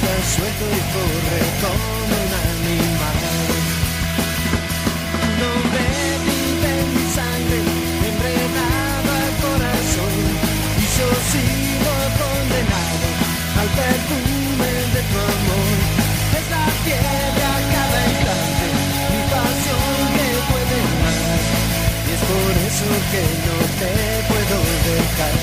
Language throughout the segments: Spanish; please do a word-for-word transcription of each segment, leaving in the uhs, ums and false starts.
está suelto y corre como un animal. No vive en mi sangre, enredado al corazón, y yo sigo condenado al perfume de tu amor. Es la fiebre a cada instante, mi pasión que puede más, y es por eso que no te puedo dejar.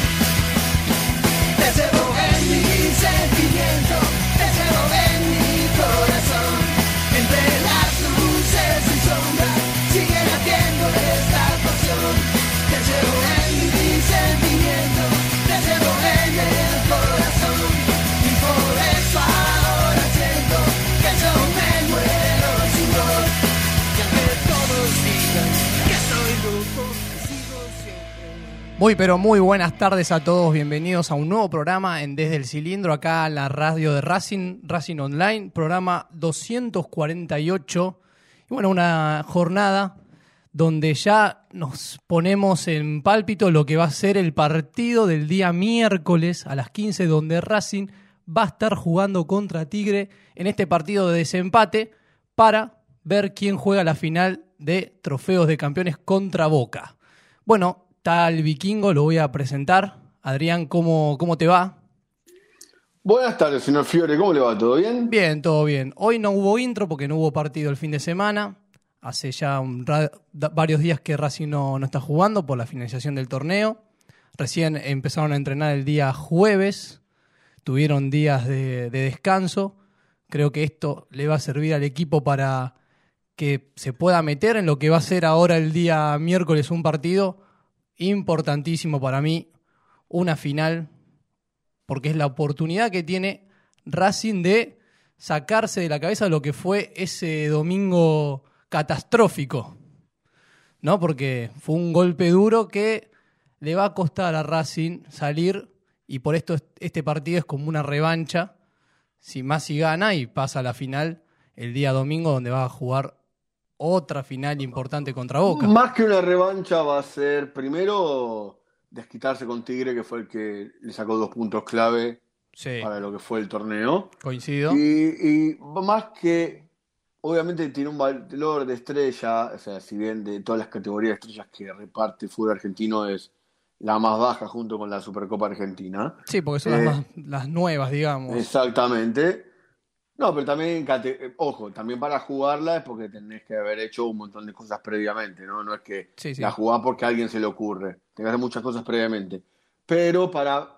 Te llevo en mi sentimiento, te llevo en mi corazón, entre las luces y sombras, sigue latiendo esta pasión. Te llevo en mi sentimiento, te llevo en el corazón, y por eso ahora siento que yo me muero sin vos, y aunque todos digan que soy loco, sigo siempre. Muy pero muy buenas tardes a todos, bienvenidos a un nuevo programa en Desde el Cilindro, acá en la radio de Racing, Racing Online, programa doscientos cuarenta y ocho, y bueno, una jornada donde ya nos ponemos en pálpito lo que va a ser el partido del día miércoles a las quince, donde Racing va a estar jugando contra Tigre en este partido de desempate para ver quién juega la final de Trofeos de Campeones contra Boca. Bueno, tal Vikingo, lo voy a presentar. Adrián, ¿cómo, cómo te va? Buenas tardes, señor Fiore, ¿cómo le va? ¿Todo bien? Bien, todo bien. Hoy no hubo intro porque no hubo partido el fin de semana. Hace ya un ra- varios días que Racing no, no está jugando por la finalización del torneo. Recién empezaron a entrenar el día jueves. Tuvieron días de, de descanso. Creo que esto le va a servir al equipo para que se pueda meter en lo que va a ser ahora el día miércoles un partido importantísimo para mí, una final, porque es la oportunidad que tiene Racing de sacarse de la cabeza lo que fue ese domingo catastrófico, ¿no? Porque fue un golpe duro que le va a costar a Racing salir, y por esto este partido es como una revancha, si Masi gana y pasa a la final el día domingo, donde va a jugar otra final importante contra Boca. Más que una revancha va a ser, primero, desquitarse con Tigre, que fue el que le sacó dos puntos clave Sí, para lo que fue el torneo. coincido. Y, y más que, obviamente, tiene un valor de estrella, o sea, si bien de todas las categorías de estrellas que reparte el fútbol argentino es la más baja junto con la Supercopa Argentina. Sí, porque son Eh, las, más, las nuevas, digamos. Exactamente. No, pero también, cate- ojo, también para jugarla es porque tenés que haber hecho un montón de cosas previamente, ¿no? No es que Sí, sí. la jugás porque a alguien se le ocurre. Tenés que hacer muchas cosas previamente. Pero para,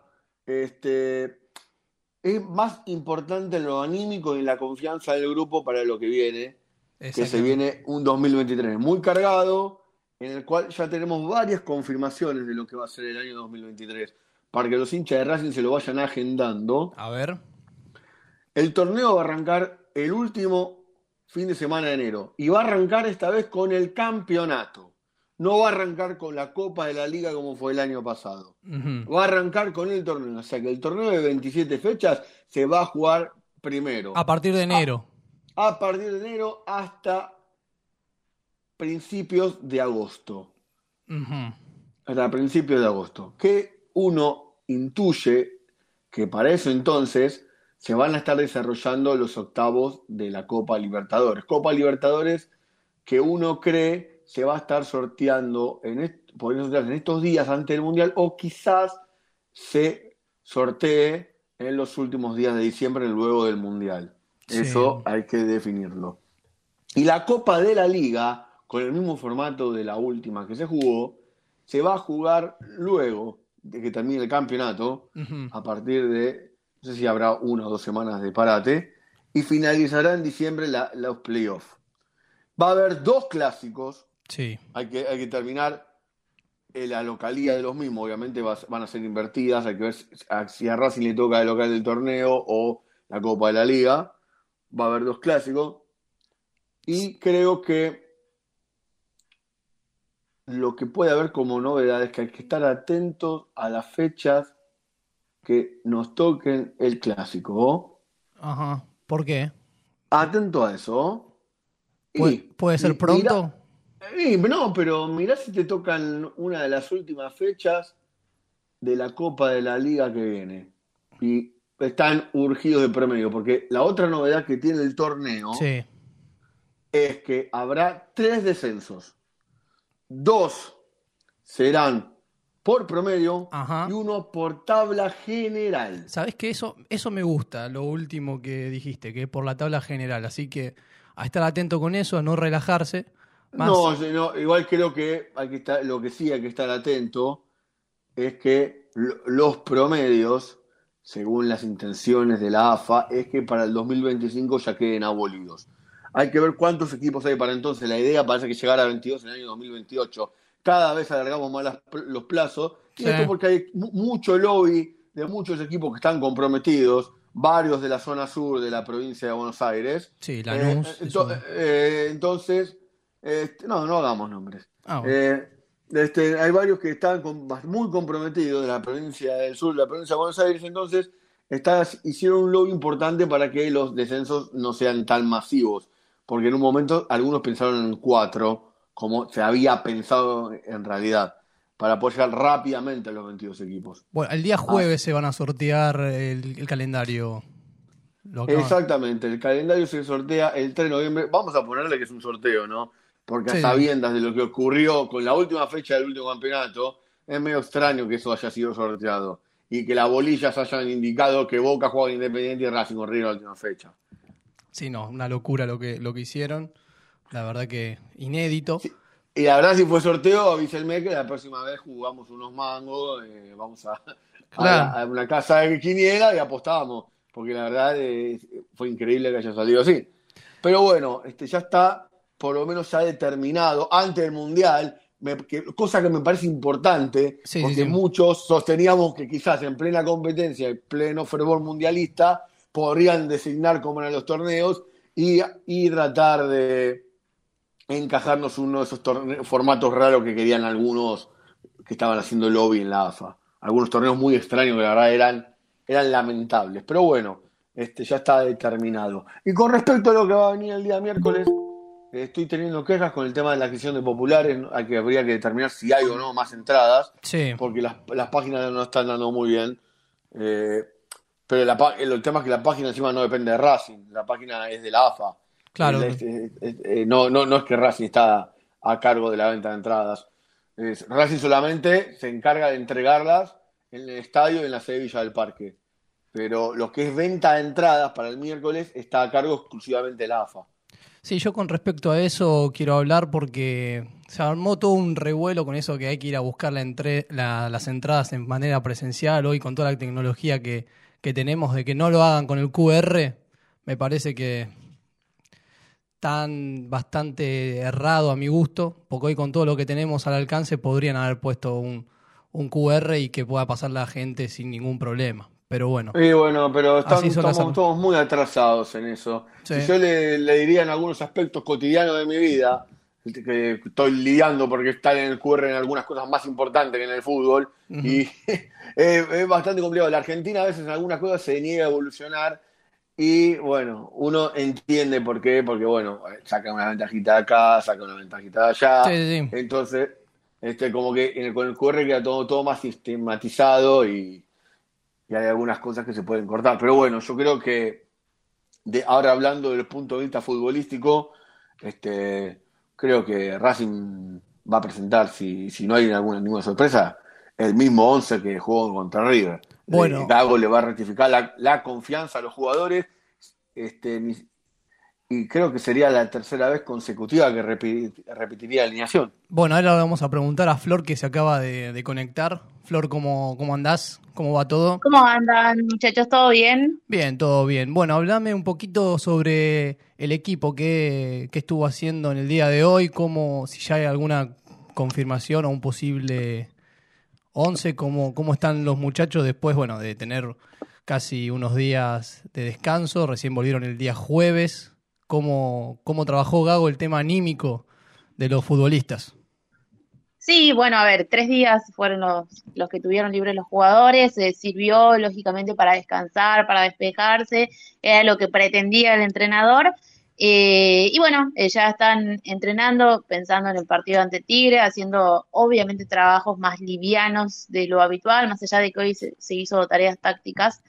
este, es más importante en lo anímico y en la confianza del grupo para lo que viene, que se Exactamente. viene un dos mil veintitrés muy cargado, en el cual ya tenemos varias confirmaciones de lo que va a ser el año dos mil veintitrés, para que los hinchas de Racing se lo vayan agendando. A ver. El torneo va a arrancar el último fin de semana de enero y va a arrancar esta vez con el campeonato. No va a arrancar con la Copa de la Liga como fue el año pasado. Ujú. Va a arrancar con el torneo. O sea que el torneo de veintisiete fechas se va a jugar primero. A partir de enero. A, a partir de enero hasta principios de agosto. Ujú. Hasta principios de agosto. Que uno intuye que para eso entonces se van a estar desarrollando los octavos de la Copa Libertadores. Copa Libertadores que uno cree se va a estar sorteando en, est- podría sortearse en estos días antes del Mundial, o quizás se sortee en los últimos días de diciembre, luego del Mundial. Sí. Eso hay que definirlo. Y la Copa de la Liga, con el mismo formato de la última que se jugó, se va a jugar luego de que termine el campeonato, Ujú. a partir de, no sé si habrá una o dos semanas de parate, y finalizará en diciembre la- los playoffs. Va a haber dos clásicos, Sí. hay que, hay que terminar eh, la localía de los mismos, obviamente va- van a ser invertidas, hay que ver si a, si a Racing le toca el local del torneo o la Copa de la Liga. Va a haber dos clásicos, y creo que lo que puede haber como novedad es que hay que estar atentos a las fechas que nos toquen el clásico. ¿Oh? Ajá. ¿Por qué? Atento a eso. ¿Oh? ¿Puede, Y, puede ser mi- pronto? mirá- y, no, pero mirá si te tocan una de las últimas fechas de la Copa de la Liga que viene. Y están urgidos de promedio, porque la otra novedad que tiene el torneo Sí. es que habrá tres descensos. Dos serán por promedio Ajá. y uno por tabla general. ¿Sabés que eso, eso me gusta, lo último que dijiste, que es por la tabla general? Así que a estar atento con eso, a no relajarse. Más... No, yo no, igual creo que, hay que estar, lo que sí hay que estar atento es que lo- los promedios, según las intenciones de la A F A, es que para el dos mil veinticinco ya queden abolidos. Hay que ver cuántos equipos hay para entonces. La idea parece que llegar a veintidós en el año dos mil veintiocho. Cada vez alargamos más las- los plazos. Y Sí. esto porque hay mu- mucho lobby de muchos equipos que están comprometidos, varios de la zona sur de la provincia de Buenos Aires. Sí, Eh, Lanús. ento- eso- eh, entonces, este, no, no hagamos nombres. Ah, bueno. Eh, este, hay varios que están con- muy comprometidos de la provincia del sur, de la provincia de Buenos Aires, entonces está- hicieron un lobby importante para que los descensos no sean tan masivos, porque en un momento algunos pensaron en cuatro, como se había pensado en realidad, para poder llegar rápidamente a los veintidós equipos. Bueno, el día jueves se van a sortear el, el calendario. Lo acaban- Exactamente, el calendario se sortea el tres de noviembre. Vamos a ponerle que es un sorteo, ¿no? Porque a Sí. sabiendas de lo que ocurrió con la última fecha del último campeonato, es medio extraño que eso haya sido sorteado y que las bolillas hayan indicado que Boca juega Independiente y Racing corrió la última fecha. Sí, no, una locura lo que, lo que hicieron. La verdad que inédito. Sí. Y la verdad, si fue sorteo, avísenme que la próxima vez jugamos unos mangos, eh, vamos a, a Claro. la- a una casa de quiniela y apostamos, porque la verdad eh, fue increíble que haya salido así. Pero bueno, este ya está, por lo menos ya determinado, antes del Mundial, me- que- cosa que me parece importante, Sí, sí, porque sí. muchos sosteníamos que quizás en plena competencia, en pleno fervor mundialista, podrían designar cómo eran los torneos y, y tratar de encajarnos uno de esos torne- formatos raros que querían algunos que estaban haciendo lobby en la A F A. Algunos torneos muy extraños que la verdad eran, eran lamentables. Pero bueno, este, ya está determinado. Y con respecto a lo que va a venir el día miércoles, eh, estoy teniendo quejas con el tema de la adquisición de populares. Hay que, habría que determinar si hay o no más entradas, Sí. porque las, las páginas no están dando muy bien. Eh, pero la pa- el, el tema es que la página encima no depende de Racing, la página es de la A F A. Claro. Es- es- es- eh, no, no, no es que Racing está a cargo de la venta de entradas. Es- Racing solamente se encarga de entregarlas en el estadio y en la sede Villa del Parque. Pero lo que es venta de entradas para el miércoles está a cargo exclusivamente de la A F A. Sí, yo con respecto a eso quiero hablar porque se armó todo un revuelo con eso que hay que ir a buscar la entre- la- las entradas en manera presencial hoy con toda la tecnología que, que tenemos, de que no lo hagan con el Q R. Me parece que están bastante errado a mi gusto, porque hoy con todo lo que tenemos al alcance podrían haber puesto un, un Q R y que pueda pasar la gente sin ningún problema. Pero bueno, Y bueno, pero están- Así son las estamos, armas. estamos muy atrasados en eso. Sí. Si yo le, le diría en algunos aspectos cotidianos de mi vida, que estoy lidiando porque estar en el Q R en algunas cosas más importantes que en el fútbol, Ujú. y es, es bastante complicado. La Argentina a veces en algunas cosas se niega a evolucionar y bueno, uno entiende por qué, porque bueno, saca una ventajita de acá, saca una ventajita de allá, Sí, sí, sí. entonces este, como que en el- con el Q R queda todo, todo más sistematizado y y hay algunas cosas que se pueden cortar. Pero bueno, yo creo que de, ahora hablando del punto de vista futbolístico, este, creo que Racing va a presentar, si, si no hay alguna, ninguna sorpresa, el mismo once que jugó contra River. Bueno. Eh, Gago le va a rectificar la, la confianza a los jugadores, este, ni- y creo que sería la tercera vez consecutiva que repi- repetiría la alineación. Bueno, ahora le vamos a preguntar a Flor que se acaba de, de conectar. Flor, ¿cómo, cómo andás? ¿Cómo va todo? ¿Cómo andan, muchachos? ¿Todo bien? Bien, todo bien. Bueno, hablame un poquito sobre el equipo, qué, qué estuvo haciendo en el día de hoy, cómo, si ya hay alguna confirmación o un posible once, cómo, cómo están los muchachos después, bueno, de tener casi unos días de descanso, recién volvieron el día jueves, cómo, cómo trabajó Gago el tema anímico de los futbolistas. Sí, bueno, a ver, tres días fueron los, los que tuvieron libres los jugadores, eh, sirvió lógicamente para descansar, para despejarse, era lo que pretendía el entrenador. Eh, y bueno, eh, ya están entrenando, pensando en el partido ante Tigre, haciendo obviamente trabajos más livianos de lo habitual, más allá de que hoy se, se hizo tareas tácticas.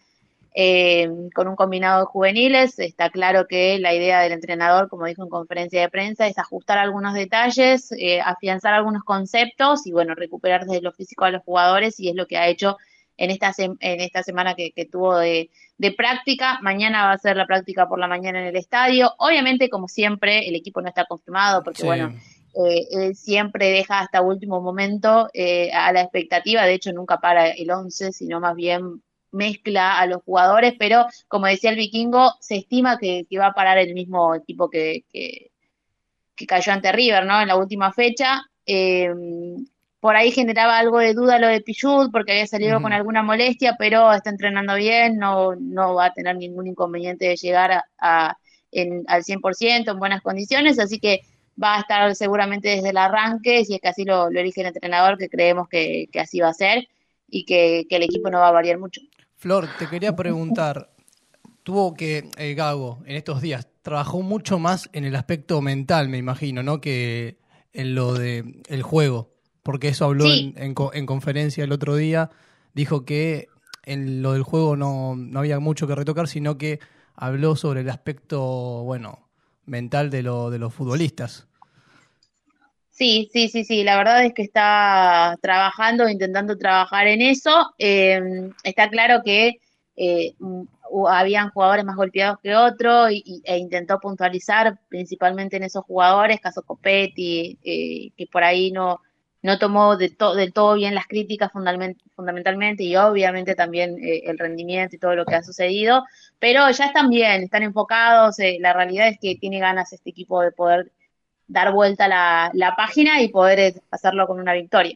eh, con un combinado de juveniles. Está claro que la idea del entrenador, como dijo en conferencia de prensa, es ajustar algunos detalles, eh, afianzar algunos conceptos y bueno, recuperar desde lo físico a los jugadores, y es lo que ha hecho en esta, sem- en esta semana que, que tuvo de, de práctica. Mañana va a ser la práctica por la mañana en el estadio. Obviamente, como siempre, el equipo no está confirmado porque, Sí. bueno, eh, él siempre deja hasta último momento eh, a la expectativa. De hecho, nunca para el once, sino más bien mezcla a los jugadores, pero como decía el Vikingo, se estima que, que va a parar el mismo equipo que, que, que cayó ante River, ¿no? En la última fecha. Eh, por ahí generaba algo de duda lo de Pichud, porque había salido con Ujú. alguna molestia, pero está entrenando bien, no, no va a tener ningún inconveniente de llegar a, a- en- al cien por ciento en buenas condiciones, así que va a estar seguramente desde el arranque, si es que así lo, lo elige el entrenador, que creemos que, que así va a ser, y que, que el equipo no va a variar mucho. Flor, te quería preguntar, tuvo que, eh, Gago, en estos días, trabajó mucho más en el aspecto mental, me imagino, ¿no? Que en lo de el juego, porque eso habló en, Sí, en, co- en conferencia el otro día, dijo que en lo del juego no, no había mucho que retocar, sino que habló sobre el aspecto, bueno, mental de, lo, de los futbolistas. sí, sí, sí, sí, la verdad es que está trabajando, intentando trabajar en eso. Eh, está claro que eh, mm, hu- habían jugadores más golpeados que otros y, y- e intentó puntualizar principalmente en esos jugadores, caso Copetti, eh, que por ahí no, no tomó de to- del todo bien las críticas fundament- fundamentalmente, y obviamente también eh, el rendimiento y todo lo que ha sucedido, pero ya están bien, están enfocados. Eh, la realidad es que tiene ganas este equipo de poder dar vuelta la, la página y poder eh, hacerlo con una victoria.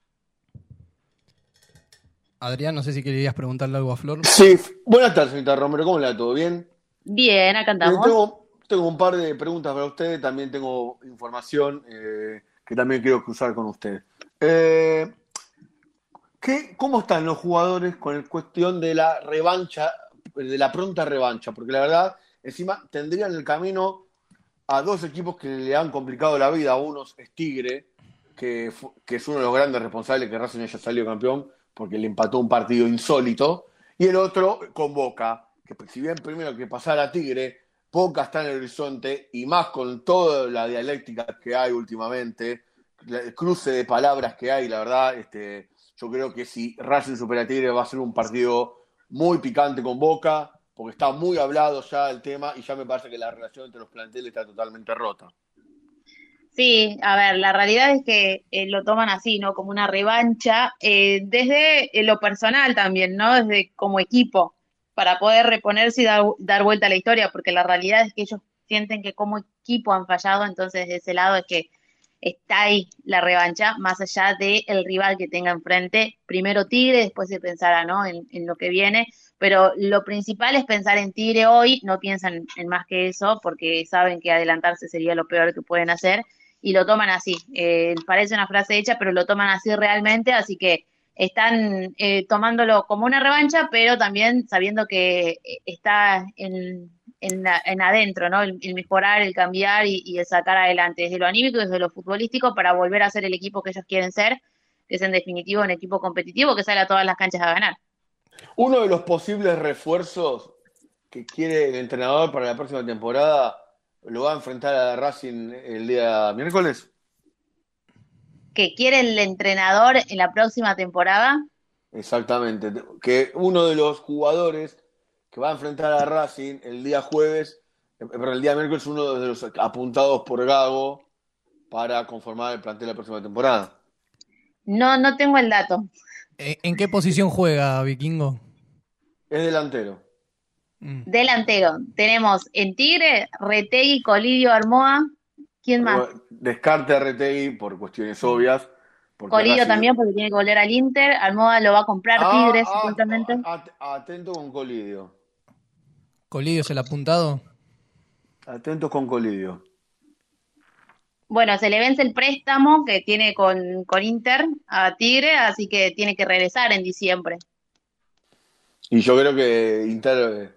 Adrián, no sé si querías preguntarle algo a Flor. Sí, buenas tardes, señorita Romero, ¿cómo le va? ¿Todo bien? Bien, acá Bien, andamos. tengo, tengo un par de preguntas para usted, también tengo información eh, que también quiero cruzar con usted. Eh, ¿qué, ¿Cómo están los jugadores con la cuestión de la revancha, de la pronta revancha? Porque la verdad, encima tendrían el camino a dos equipos que le han complicado la vida. Uno es Tigre, que, fu- que es uno de los grandes responsables que Racing haya salido campeón, porque le empató un partido insólito. Y el otro con Boca, que si bien primero que pasar a Tigre, Boca está en el horizonte, y más con toda la dialéctica que hay últimamente, el cruce de palabras que hay, la verdad, este, yo creo que si Racing supera a Tigre va a ser un partido muy picante con Boca, porque está muy hablado ya el tema y ya me parece que la relación entre los planteles está totalmente rota. Sí, a ver, la realidad es que eh, lo toman así, ¿no? Como una revancha, eh, desde eh, lo personal también, ¿no? Desde como equipo, para poder reponerse y dar, dar vuelta a la historia, porque la realidad es que ellos sienten que como equipo han fallado, entonces de ese lado es que está ahí la revancha, más allá del rival que tenga enfrente. Primero Tigre, después se pensará, ¿no? En, en lo que viene, pero lo principal es pensar en Tigre hoy, no piensan en más que eso, porque saben que adelantarse sería lo peor que pueden hacer, y lo toman así. Eh, parece una frase hecha, pero lo toman así realmente, así que están eh, tomándolo como una revancha, pero también sabiendo que eh, está en, en, la- en adentro, ¿no? El, el mejorar, el cambiar y, y el sacar adelante desde lo anímico y desde lo futbolístico para volver a ser el equipo que ellos quieren ser, que es en definitiva un equipo competitivo que sale a todas las canchas a ganar. Uno de los posibles refuerzos que quiere el entrenador para la próxima temporada lo va a enfrentar a Racing el día miércoles. Que quiere el entrenador en la próxima temporada. Exactamente. Que uno de los jugadores que va a enfrentar a Racing el día jueves, eh, perdón, el día miércoles, uno de los apuntados por Gago para conformar el plantel de la próxima temporada. No, no tengo el dato. ¿En, en qué posición juega Vikingo? Es delantero. Mm. Delantero. Tenemos en Tigre, Retegui, Colidio, Armoa. ¿Quién más? Descarte a Retegui por cuestiones obvias, porque Colidio Racing... también, porque tiene que volver al Inter. Almohada lo va a comprar Ah, Tigre, ah, supuestamente. ah, atento con Colidio. ¿Colidio es el apuntado? Atentos con Colidio. Bueno, se le vence el préstamo que tiene con, con Inter a Tigre, así que tiene que regresar en diciembre. Y yo creo que Inter eh,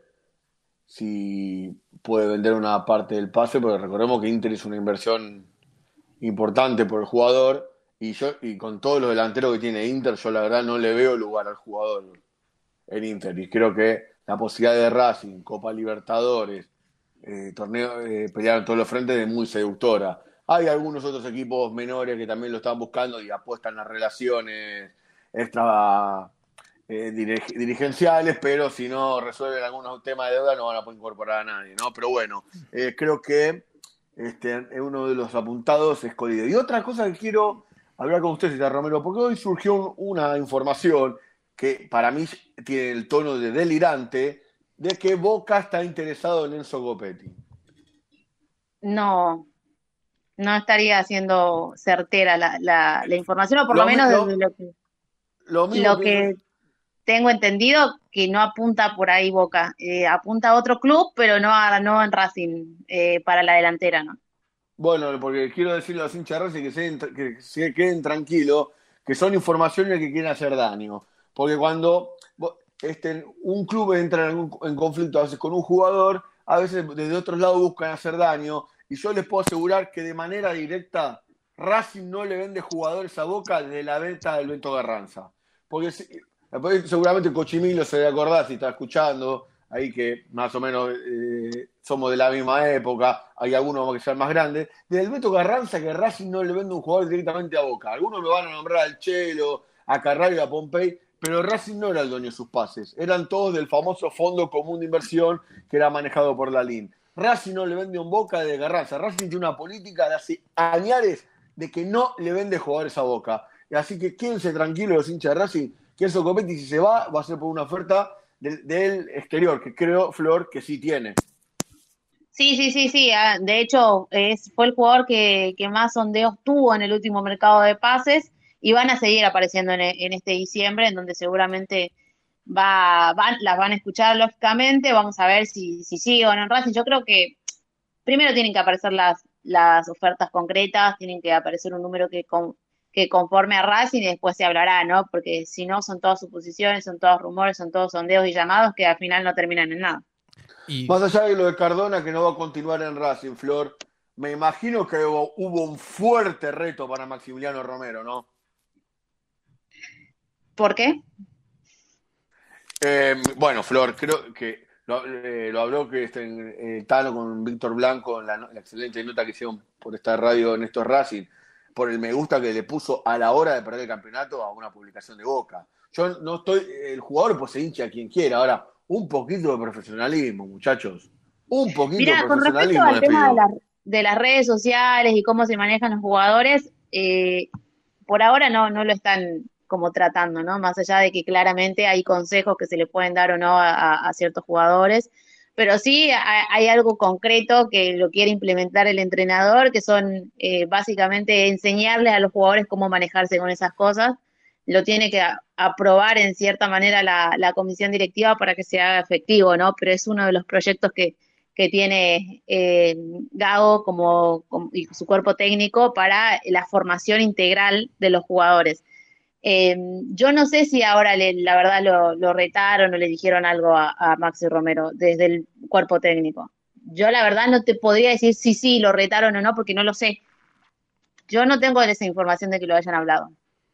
si puede vender una parte del pase, porque recordemos que Inter es una inversión importante por el jugador, y yo y con todos los delanteros que tiene Inter, yo la verdad no le veo lugar al jugador en Inter, y creo que la posibilidad de Racing, Copa Libertadores, eh, torneo, eh, pelear en todos los frentes es muy seductora. Hay algunos otros equipos menores que también lo están buscando y apuestan a relaciones extra eh, dirige- dirigenciales, pero si no resuelven algunos temas de deuda no van a poder incorporar a nadie, ¿no? Pero bueno, eh, creo que este, uno de los apuntados es Colidio. Y otra cosa que quiero hablar con usted, señor Romero, porque hoy surgió un- una información que para mí tiene el tono de delirante, de que Boca está interesado en Enzo Copetti. No, no estaría siendo certera la, la, la información, o por lo Lo, mi- menos desde lo, lo que, lo mismo lo pienso que tengo entendido, que no apunta por ahí Boca. Eh, apunta a otro club, pero no, a, no en Racing, eh, para la delantera, ¿no? Bueno, porque quiero decirle a los hinchas de Racing que se, que se queden tranquilos, que son informaciones que quieren hacer daño. Porque cuando este, un club entra en, algún, en conflicto a veces con un jugador, a veces desde otros lados buscan hacer daño. Y yo les puedo asegurar que de manera directa Racing no le vende jugadores a Boca desde la venta del Beto Garranza. Porque seguramente Cochimilo se debe acordar si está escuchando, ahí que más o menos eh, somos de la misma época, hay algunos que sean más grandes, del Beto Carranza que Racing no le vende un jugador directamente a Boca. Algunos lo van a nombrar al Chelo, a Carraro y a Pompey, pero Racing no era el dueño de sus pases, eran todos del famoso Fondo Común de Inversión que era manejado por la L I N. Racing no le vende un Boca de Carranza, Racing tiene una política de hace años de que no le vende jugadores a Boca. Así que quédense tranquilos los hinchas de Racing, que Enzo Copetti si se va, va a ser por una oferta del, del exterior, que creo, Flor, que sí tiene. Sí, sí, sí, sí. ah, De hecho, es, fue el jugador que, que más sondeos tuvo en el último mercado de pases y van a seguir apareciendo en, e- en este diciembre, en donde seguramente va, van, las van a escuchar lógicamente. Vamos a ver si, si sigue o no en Racing. Yo creo que primero tienen que aparecer las, las ofertas concretas, tienen que aparecer un número que, con, que conforme a Racing y después se hablará, ¿no? Porque si no, son todas suposiciones, son todos rumores, son todos sondeos y llamados que al final no terminan en nada. Y Más allá de lo de Cardona, que no va a continuar en Racing, Flor, me imagino que hubo, hubo un fuerte reto para Maximiliano Romero, ¿no? ¿Por qué? Eh, bueno, Flor, creo que lo, eh, lo habló que este, eh, Tano con Víctor Blanco en la, la excelente nota que hicieron por esta radio en estos Racing, por el me gusta que le puso a la hora de perder el campeonato a una publicación de Boca. Yo no estoy, el jugador pues se hincha a quien quiera. Ahora, un poquito de profesionalismo, muchachos. Un poquito de Mira, con respecto profesionalismo al les tema de pido. las, de las redes sociales y cómo se manejan los jugadores, eh, por ahora no, no lo están como tratando, ¿no? Más allá de que claramente hay consejos que se le pueden dar o no a, a- a ciertos jugadores, pero sí ha- hay algo concreto que lo quiere implementar el entrenador, que son eh, básicamente enseñarles a los jugadores cómo manejarse con esas cosas. Lo tiene que a- aprobar en cierta manera la, la comisión directiva para que se haga efectivo, ¿no? Pero es uno de los proyectos que que tiene eh, Gago como, como- y su cuerpo técnico para la formación integral de los jugadores. Eh, yo no sé si ahora le- la verdad lo, lo retaron o le dijeron algo a, a Maxi Romero desde el cuerpo técnico. Yo la verdad no te podría decir si sí lo retaron o no porque no lo sé. Yo no tengo esa información de que lo hayan hablado.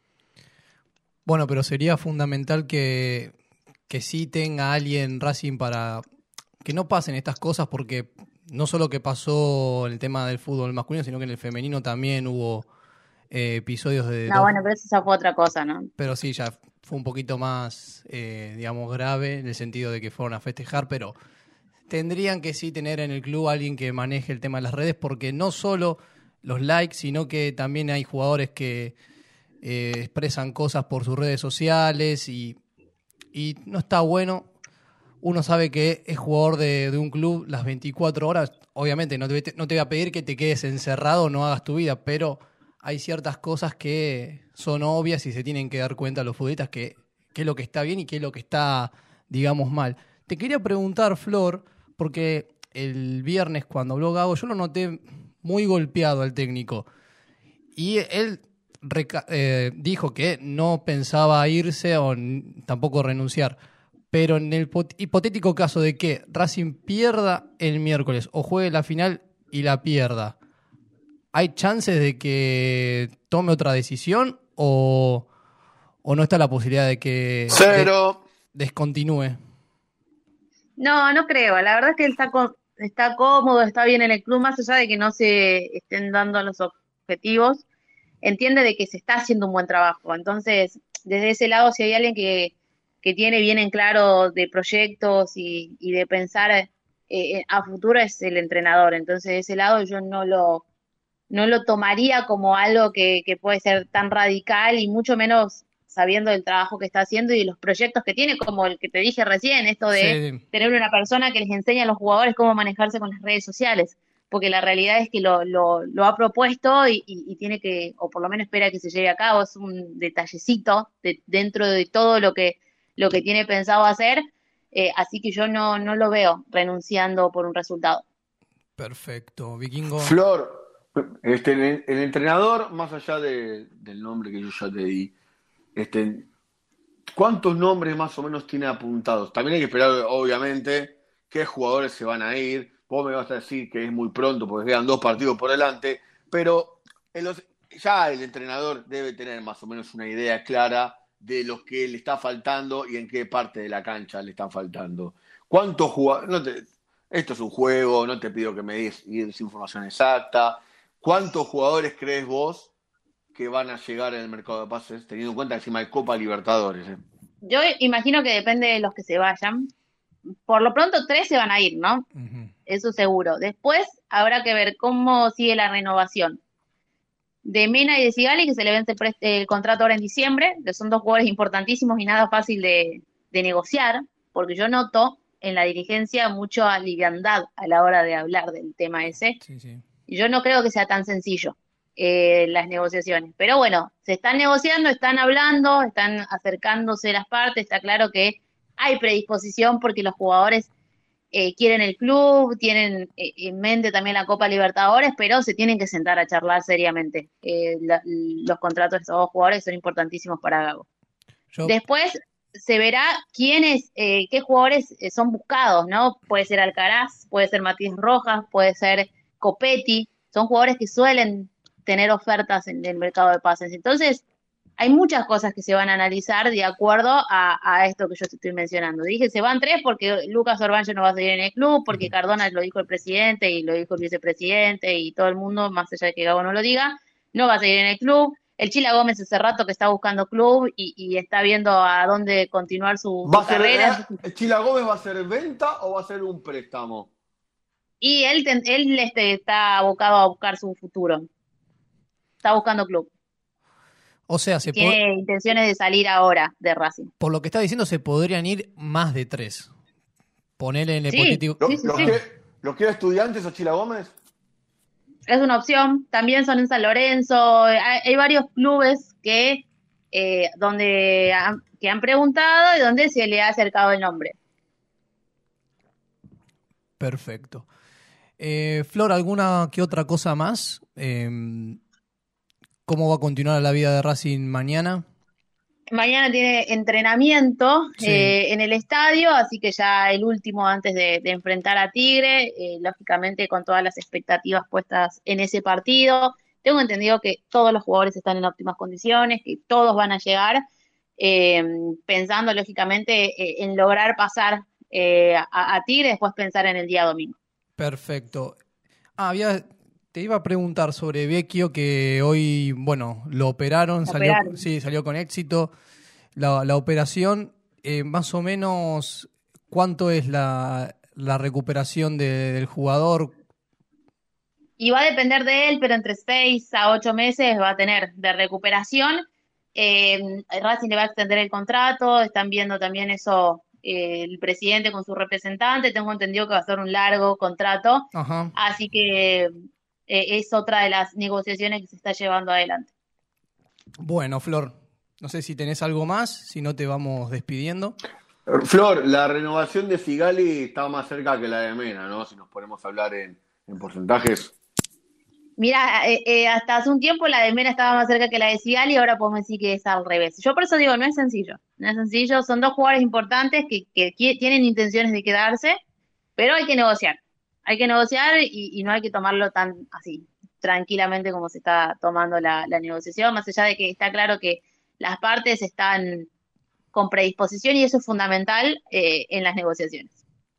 bueno, pero sería fundamental que, que sí tenga alguien Racing para que no pasen estas cosas, porque no solo que pasó en el tema del fútbol masculino, sino que en el femenino también hubo eh, episodios de No, dos, bueno, pero eso ya fue otra cosa, ¿no? pero sí, ya fue un poquito más, eh, digamos, grave en el sentido de que fueron a festejar, pero tendrían que sí tener en el club alguien que maneje el tema de las redes, porque no solo los likes, sino que también hay jugadores que eh, expresan cosas por sus redes sociales y, y no está bueno. Uno sabe que es jugador de, de un club las veinticuatro horas. Obviamente no te, no te voy a pedir que te quedes encerrado, no hagas tu vida, pero hay ciertas cosas que son obvias y se tienen que dar cuenta los futbolistas que, que es lo que está bien y qué es lo que está, digamos, mal. Te quería preguntar, Flor, porque el viernes cuando habló Gago yo lo noté muy golpeado al técnico y él reca- eh, dijo que no pensaba irse o n- tampoco renunciar. Pero en el pot- hipotético caso de que Racing pierda el miércoles o juegue la final y la pierda, ¿hay chances de que tome otra decisión o, o no está la posibilidad de que de- Cero. descontinúe? No, no creo. La verdad es que él está, co- está cómodo, está bien en el club, más allá de que no se estén dando los objetivos, entiende de que se está haciendo un buen trabajo. Entonces, desde ese lado, si hay alguien que, que tiene bien en claro de proyectos y, y de pensar eh, eh, a futuro es el entrenador. Entonces, de ese lado yo no lo, no lo tomaría como algo que, que puede ser tan radical y mucho menos sabiendo del trabajo que está haciendo y de los proyectos que tiene, como el que te dije recién, esto de Sí, tener una persona que les enseña a los jugadores cómo manejarse con las redes sociales, porque la realidad es que lo, lo, lo ha propuesto y, y, y tiene que, o por lo menos espera que se lleve a cabo, es un detallecito de, dentro de todo lo que, lo que tiene pensado hacer, eh, así que yo no, no lo veo renunciando por un resultado. perfecto. Vikingo. Flor, este, el, el entrenador, más allá de- del nombre que yo ya te di, este, ¿cuántos nombres más o menos tiene apuntados? También hay que esperar, obviamente, qué jugadores se van a ir. Vos me vas a decir que es muy pronto porque quedan dos partidos por delante, pero en los- ya el entrenador debe tener más o menos una idea clara de lo que le está faltando y en qué parte de la cancha le están faltando. ¿Cuántos jugadores? No te- esto es un juego, no te pido que me des, des información exacta. ¿Cuántos jugadores crees vos que van a llegar en el mercado de pases, teniendo en cuenta que encima hay Copa Libertadores? ¿Eh? Yo imagino que depende de los que se vayan. Por lo pronto tres se van a ir, ¿no? Ujú. Eso seguro. Después habrá que ver cómo sigue la renovación de Mena y de Sigali, que se le vence el, prest- el contrato ahora en diciembre, que son dos jugadores importantísimos y nada fácil de, de negociar, porque yo noto en la dirigencia mucho aliviandad a la hora de hablar del tema ese. Sí, sí. Y yo no creo que sea tan sencillo eh, las negociaciones. Pero bueno, se están negociando, están hablando, están acercándose las partes, está claro que hay predisposición porque los jugadores eh, quieren el club, tienen eh, en mente también la Copa Libertadores, pero se tienen que sentar a charlar seriamente. Eh, la- los contratos de estos dos jugadores son importantísimos para Gago. Yo, Después se verá quiénes, eh, qué jugadores eh, son buscados, ¿no? Puede ser Alcaraz, puede ser Matías Rojas, puede ser Copetti, son jugadores que suelen tener ofertas en el mercado de pases. Entonces, hay muchas cosas que se van a analizar de acuerdo a, a esto que yo te estoy mencionando. Dije, se van tres porque Lucas Orbán ya no va a seguir en el club, porque ujú. Cardona lo dijo el presidente y lo dijo el vicepresidente y todo el mundo, más allá de que Gago no lo diga, no va a seguir en el club. El Chila Gómez hace rato que está buscando club y, y está viendo a dónde continuar su, ¿Va su a ser, carrera. Entonces, eh, Chila Gómez va a ser venta o va a ser un préstamo? y él, ten- él este, está abocado a buscar su futuro. Está buscando club. O sea, Y se po- tiene intenciones de salir ahora de Racing. por lo que está diciendo, se podrían ir más de tres. Ponerle en el Sí, hipotético. sí, ¿Lo, sí, lo sí. quiere, ¿Lo quiere Estudiantes o Chila Gómez? Es una opción. También son en San Lorenzo. Hay, hay varios clubes que, eh, donde han, que han preguntado y donde se le ha acercado el nombre. Perfecto. Eh, Flor, ¿alguna que otra cosa más? Eh, ¿Cómo va a continuar la vida de Racing mañana? Mañana tiene entrenamiento Sí. eh, en el estadio, así que ya el último antes de, de enfrentar a Tigre, eh, lógicamente con todas las expectativas puestas en ese partido. Tengo entendido que todos los jugadores están en óptimas condiciones, que todos van a llegar, eh, pensando lógicamente eh, en lograr pasar eh, a, a Tigre, después pensar en el día domingo. Perfecto. Ah, había, te iba a preguntar sobre Vecchio, que hoy, bueno, lo operaron, salió, Operar. sí, salió con éxito. La, la operación, eh, más o menos, ¿cuánto es la, la recuperación de- del jugador? Y va a depender de él, pero entre seis a ocho meses va a tener de recuperación. Eh, Racing le va a extender el contrato, están viendo también eso eh, el presidente con su representante, tengo entendido que va a ser un largo contrato, Ajá. así que eh, es otra de las negociaciones que se está llevando adelante. Bueno, Flor, no sé si tenés algo más, si no te vamos despidiendo. Flor, la renovación de Sigali está más cerca que la de Mena, ¿no? Si nos ponemos a hablar en, en porcentajes. Mira, eh, eh, hasta hace un tiempo la de Mena estaba más cerca que la de Sigali y ahora podemos decir que es al revés. Yo por eso digo, no es sencillo, no es sencillo, son dos jugadores importantes que, que qui- tienen intenciones de quedarse, pero hay que negociar, hay que negociar y, y no hay que tomarlo tan así, tranquilamente como se está tomando la, la negociación, más allá de que está claro que las partes están con predisposición y eso es fundamental eh, en las negociaciones.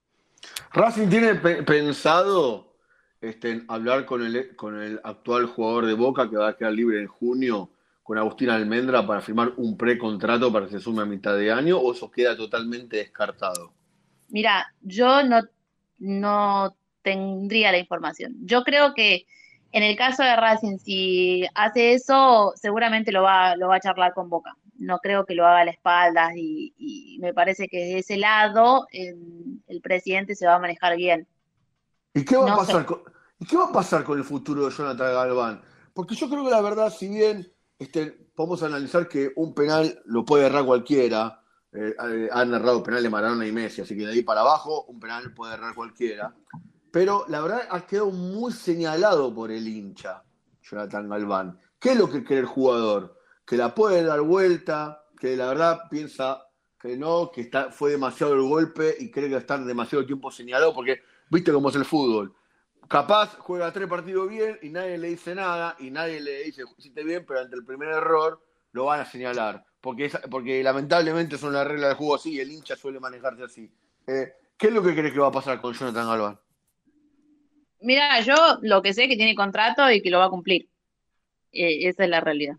Racing tiene pe- pensado este, en hablar con el, con el actual jugador de Boca que va a quedar libre en junio, con Agustín Almendra, para firmar un precontrato para que se sume a mitad de año, o eso queda totalmente descartado. Mira, yo no, no tendría la información. Yo creo que en el caso de Racing, si hace eso, seguramente lo va, lo va a charlar con Boca. No creo que lo haga a la espalda y, y me parece que de ese lado eh, el presidente se va a manejar bien. ¿Y qué va a No sé. pasar con, ¿y qué va a pasar con el futuro de Jonathan Galván? Porque yo creo que la verdad, si bien este, podemos analizar que un penal lo puede errar cualquiera, eh, eh, han errado penal de Maradona y Messi, así que de ahí para abajo un penal puede errar cualquiera, pero la verdad ha quedado muy señalado por el hincha, Jonathan Galván. ¿Qué es lo que cree el jugador? Que la puede dar vuelta, que la verdad piensa que no, que está, fue demasiado el golpe y cree que está demasiado tiempo señalado, porque viste cómo es el fútbol. Capaz juega tres partidos bien y nadie le dice nada, y nadie le dice, hiciste bien, pero ante el primer error lo van a señalar. Porque, es, porque lamentablemente son las reglas del juego así y el hincha suele manejarse así. Eh, ¿Qué es lo que crees que va a pasar con Jonathan Galván? Mira, yo lo que sé es que tiene contrato y que lo va a cumplir. Eh, esa es la realidad.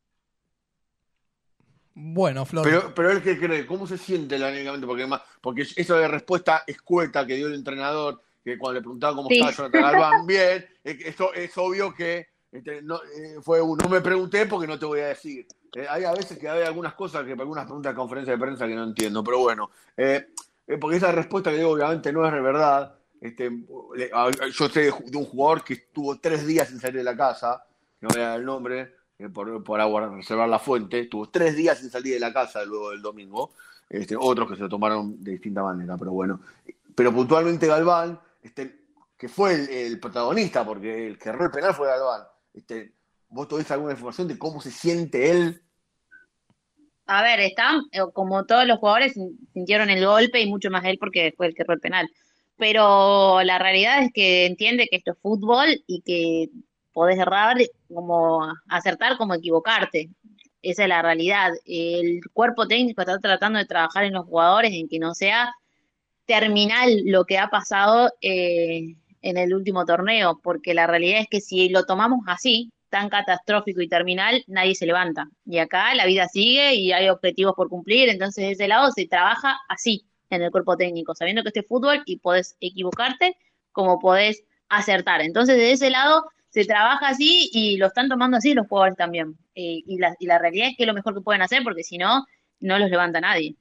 Bueno, Flor. Pero, pero él qué cree, ¿cómo se siente anímicamente? Porque, más, porque esa de respuesta escueta que dio el entrenador, que cuando le preguntaba cómo Sí. estaba Jonathan Galván, bien, eso es obvio que este, no, eh, fue un, no me pregunté porque no te voy a decir. Eh, hay a veces que hay algunas cosas, que algunas preguntas de conferencia de prensa que no entiendo, pero bueno, eh, eh, porque esa respuesta que digo obviamente no es de verdad. Este, le, a, yo sé de, de un jugador que estuvo tres días sin salir de la casa, que no voy a dar el nombre, eh, por, por agua, reservar la fuente, estuvo tres días sin salir de la casa luego del domingo, este, otros que se lo tomaron de distinta manera, pero bueno. Pero puntualmente Galván, este, que fue el, el protagonista, porque el que erró el penal fue Galván. Este, ¿Vos tuviste alguna información de cómo se siente él? A ver, están, eh, como todos los jugadores, sin- sintieron el golpe y mucho más él porque fue el que erró el penal. Pero la realidad es que entiende que esto es fútbol y que podés errar como acertar como equivocarte. Esa es la realidad. El cuerpo técnico está tratando de trabajar en los jugadores en que no sea terminal lo que ha pasado eh, en el último torneo, porque la realidad es que si lo tomamos así, tan catastrófico y terminal, nadie se levanta. Y acá la vida sigue y hay objetivos por cumplir, entonces de ese lado se trabaja así en el cuerpo técnico, sabiendo que este es fútbol y podés equivocarte como podés acertar. Entonces de ese lado se trabaja así y lo están tomando así los jugadores también. Eh, y, la, y la realidad es que es lo mejor que pueden hacer, porque si no, no los levanta nadie.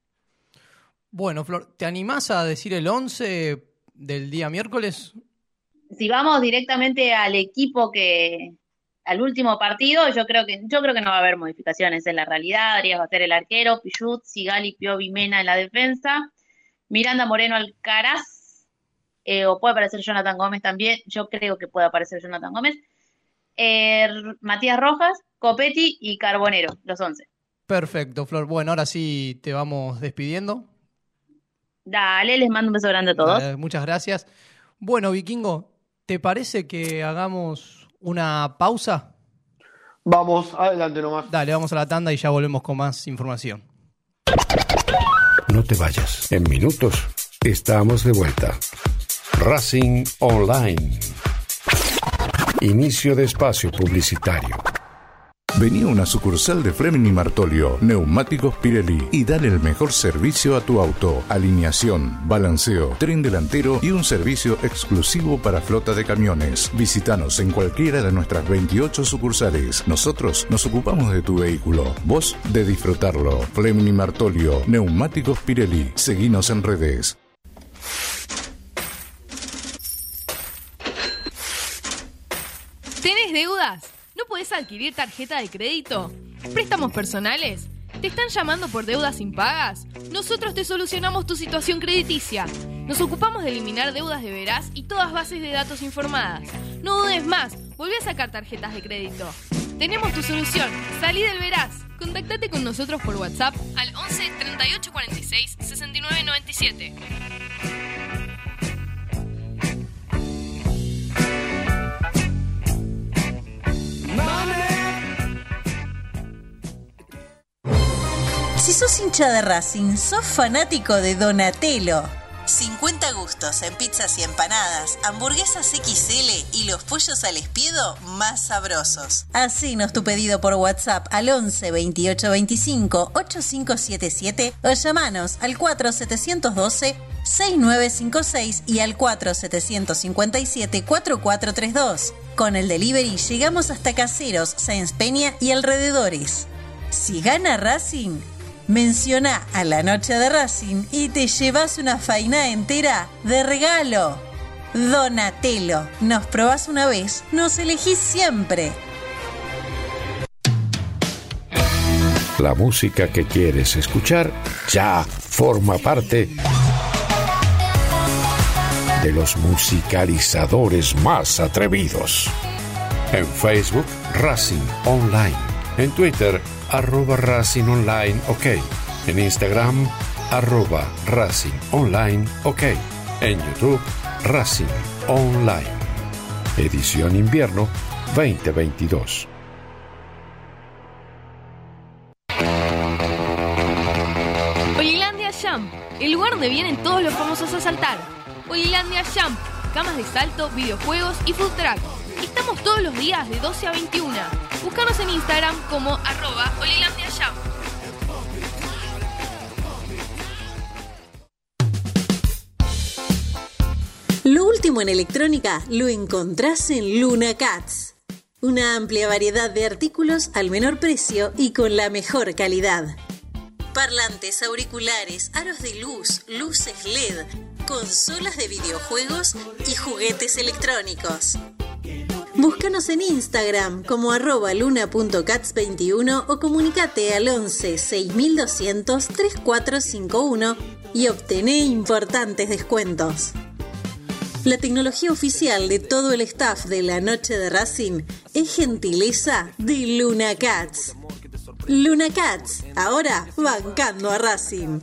Bueno, Flor, ¿te animás a decir el once del día miércoles? Si vamos directamente al equipo que al último partido, yo creo que yo creo que no va a haber modificaciones en la realidad. Arias va a ser el arquero, Pichut, Sigali, Piovi, Mena en la defensa, Miranda, Moreno, Alcaraz, eh, o puede aparecer Jonathan Gómez también. Yo creo que puede aparecer Jonathan Gómez. Eh, Matías Rojas, Copetti y Carbonero, los once. Perfecto, Flor. Bueno, ahora sí te vamos despidiendo. Dale, les mando un beso grande a todos. Dale, muchas gracias. Bueno, Vikingo, ¿te parece que hagamos una pausa? Vamos, adelante nomás. Dale, vamos a la tanda y ya volvemos con más información. No te vayas. En minutos estamos de vuelta. Racing Online. Inicio de espacio publicitario. Vení a una sucursal de Fleming y Martolio, Neumáticos Pirelli, y dale el mejor servicio a tu auto. Alineación, balanceo, tren delantero y un servicio exclusivo para flota de camiones. Visítanos en cualquiera de nuestras veintiocho sucursales. Nosotros nos ocupamos de tu vehículo, vos de disfrutarlo. Fleming y Martolio, Neumáticos Pirelli. Seguinos en redes. ¿Tenés deudas? ¿No podés adquirir tarjeta de crédito? ¿Préstamos personales? ¿Te están llamando por deudas impagas? Nosotros te solucionamos tu situación crediticia. Nos ocupamos de eliminar deudas de veraz y todas bases de datos informadas. No dudes más, volví a sacar tarjetas de crédito. Tenemos tu solución, salí del veraz. Contactate con nosotros por WhatsApp al once treinta y ocho cuarenta y seis sesenta y nueve noventa y siete. Si sos hincha de Racing, sos fanático de Donatello. cincuenta gustos. expertos en pizzas y empanadas, hamburguesas equis ele y los pollos al espiedo más sabrosos. Hacinos tu pedido por WhatsApp al once veintiocho veinticinco ochenta y cinco setenta y siete o llamanos al cuatro setecientos doce seis nueve cinco seis y al cuatro setecientos cincuenta y siete cuarenta y cuatro treinta y dos. Con el delivery llegamos hasta Caseros, Sáenz Peña y alrededores. Si gana Racing, menciona a la noche de Racing y te llevas una faina entera de regalo. Donatelo, nos probás una vez, nos elegís siempre. La música que quieres escuchar ya forma parte de los musicalizadores más atrevidos. En Facebook, Racing Online. En Twitter, arroba Racing Online OK. En Instagram, arroba Racing Online OK. En YouTube, Racing Online. Edición Invierno veinte veintidós. Holilandia Jump, el lugar donde vienen todos los famosos a saltar. Holilandia Jump, camas de salto, videojuegos y food truck. Estamos todos los días de doce a veintiuno. Búscanos en Instagram como arroba Holilandia Jump. Lo último en electrónica lo encontrás en Luna Cats. Una amplia variedad de artículos al menor precio y con la mejor calidad. Parlantes, auriculares, aros de luz, luces L E D, consolas de videojuegos y juguetes electrónicos. Búscanos en Instagram como arroba luna punto cats veintiuno o comunicate al once seis mil doscientos treinta y cuatro cincuenta y uno y obtené importantes descuentos. La tecnología oficial de todo el staff de la noche de Racing es gentileza de Luna Cats. Luna Cats, ahora bancando a Racing.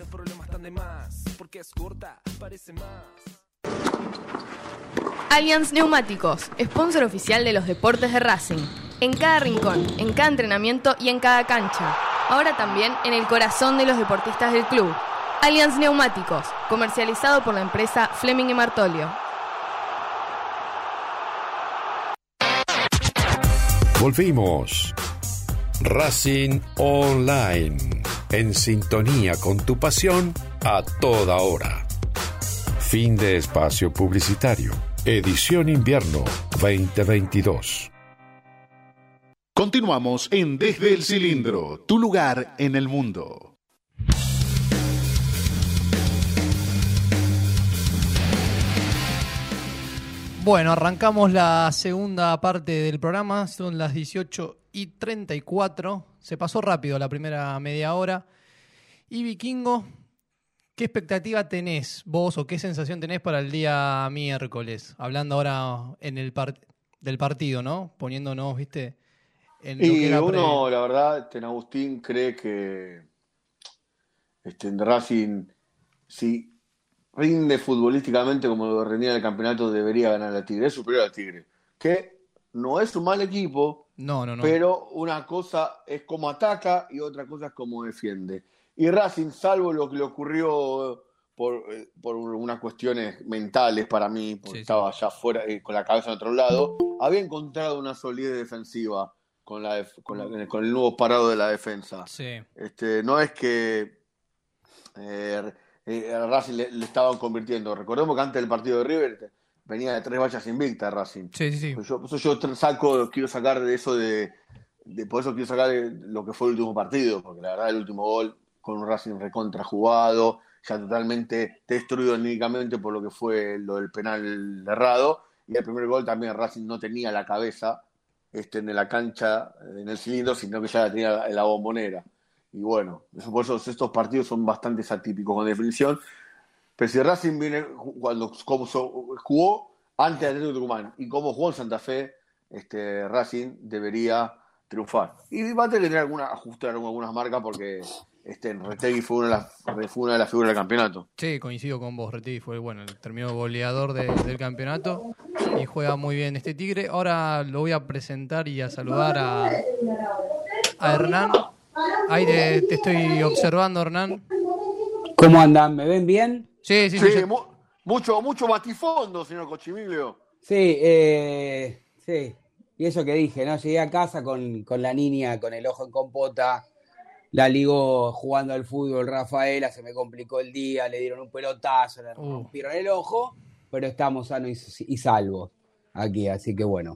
Allianz Neumáticos, sponsor oficial de los deportes de Racing. En cada rincón, en cada entrenamiento y en cada cancha. Ahora también en el corazón de los deportistas del club. Allianz Neumáticos, comercializado por la empresa Fleming y Martolio. Volvimos. Racing Online. En sintonía con tu pasión a toda hora. Fin de espacio publicitario. Edición Invierno veinte veintidós. Continuamos en Desde el Cilindro, tu lugar en el mundo. Bueno, arrancamos la segunda parte del programa, son las dieciocho y treinta y cuatro, se pasó rápido la primera media hora. Y Vikingo, ¿qué expectativa tenés vos o qué sensación tenés para el día miércoles? Hablando ahora en el part- del partido, ¿no? Poniéndonos, viste, en lo Y que era uno, pre- la verdad, Ten Agustín cree que este, en Racing, si rinde futbolísticamente como lo rendía en el campeonato, debería ganar a Tigre. Es superior al Tigre, que no es un mal equipo, No, no, no. pero una cosa es cómo ataca y otra cosa es cómo defiende. Y Racing, salvo lo que le ocurrió por, eh, por unas cuestiones mentales para mí, porque Sí, sí. estaba ya fuera, eh, con la cabeza en otro lado, había encontrado una solidez defensiva con, la, def- con, la- con el nuevo parado de la defensa. Sí. Este, no es que eh, eh, a Racing le, le estaban convirtiendo. Recordemos que antes del partido de River te- venía de tres vallas invictas Racing. Sí, sí, sí. Pues yo, por eso yo tra- saco, quiero sacar de eso de, de- por eso quiero sacar de lo que fue el último partido, porque la verdad el último gol con un Racing recontra jugado, ya totalmente destruido anímicamente por lo que fue lo del penal errado, y el primer gol también Racing no tenía la cabeza este, en la cancha, en el cilindro, sino que ya la tenía en la bombonera. Y bueno, eso- por eso estos partidos son bastante atípicos con definición. Pero si Racing viene ju- cuando como so- jugó antes de Atlético Tucumán y como jugó en Santa Fe, este Racing debería triunfar. Y va a tener que tener alguna, ajustar algunas marcas porque este, Retegui fue una de las, fue una de las figuras del campeonato. Sí, coincido con vos, Retegui fue bueno, el terminó goleador de- del campeonato y juega muy bien este Tigre. Ahora lo voy a presentar y a saludar a, a Hernán. Ahí te, te estoy observando, Hernán. ¿Cómo andan? ¿Me ven bien? Sí, sí, sí. Sí, yo- muy, Mucho, mucho batifondo, señor Cochimiglio. Sí, eh, sí. Y eso que dije, ¿no? Llegué a casa con, con la niña, con el ojo en compota, la ligó jugando al fútbol Rafaela, se me complicó el día, le dieron un pelotazo, le Uh. rompieron el ojo, pero estamos sanos y, y salvos aquí, así que bueno.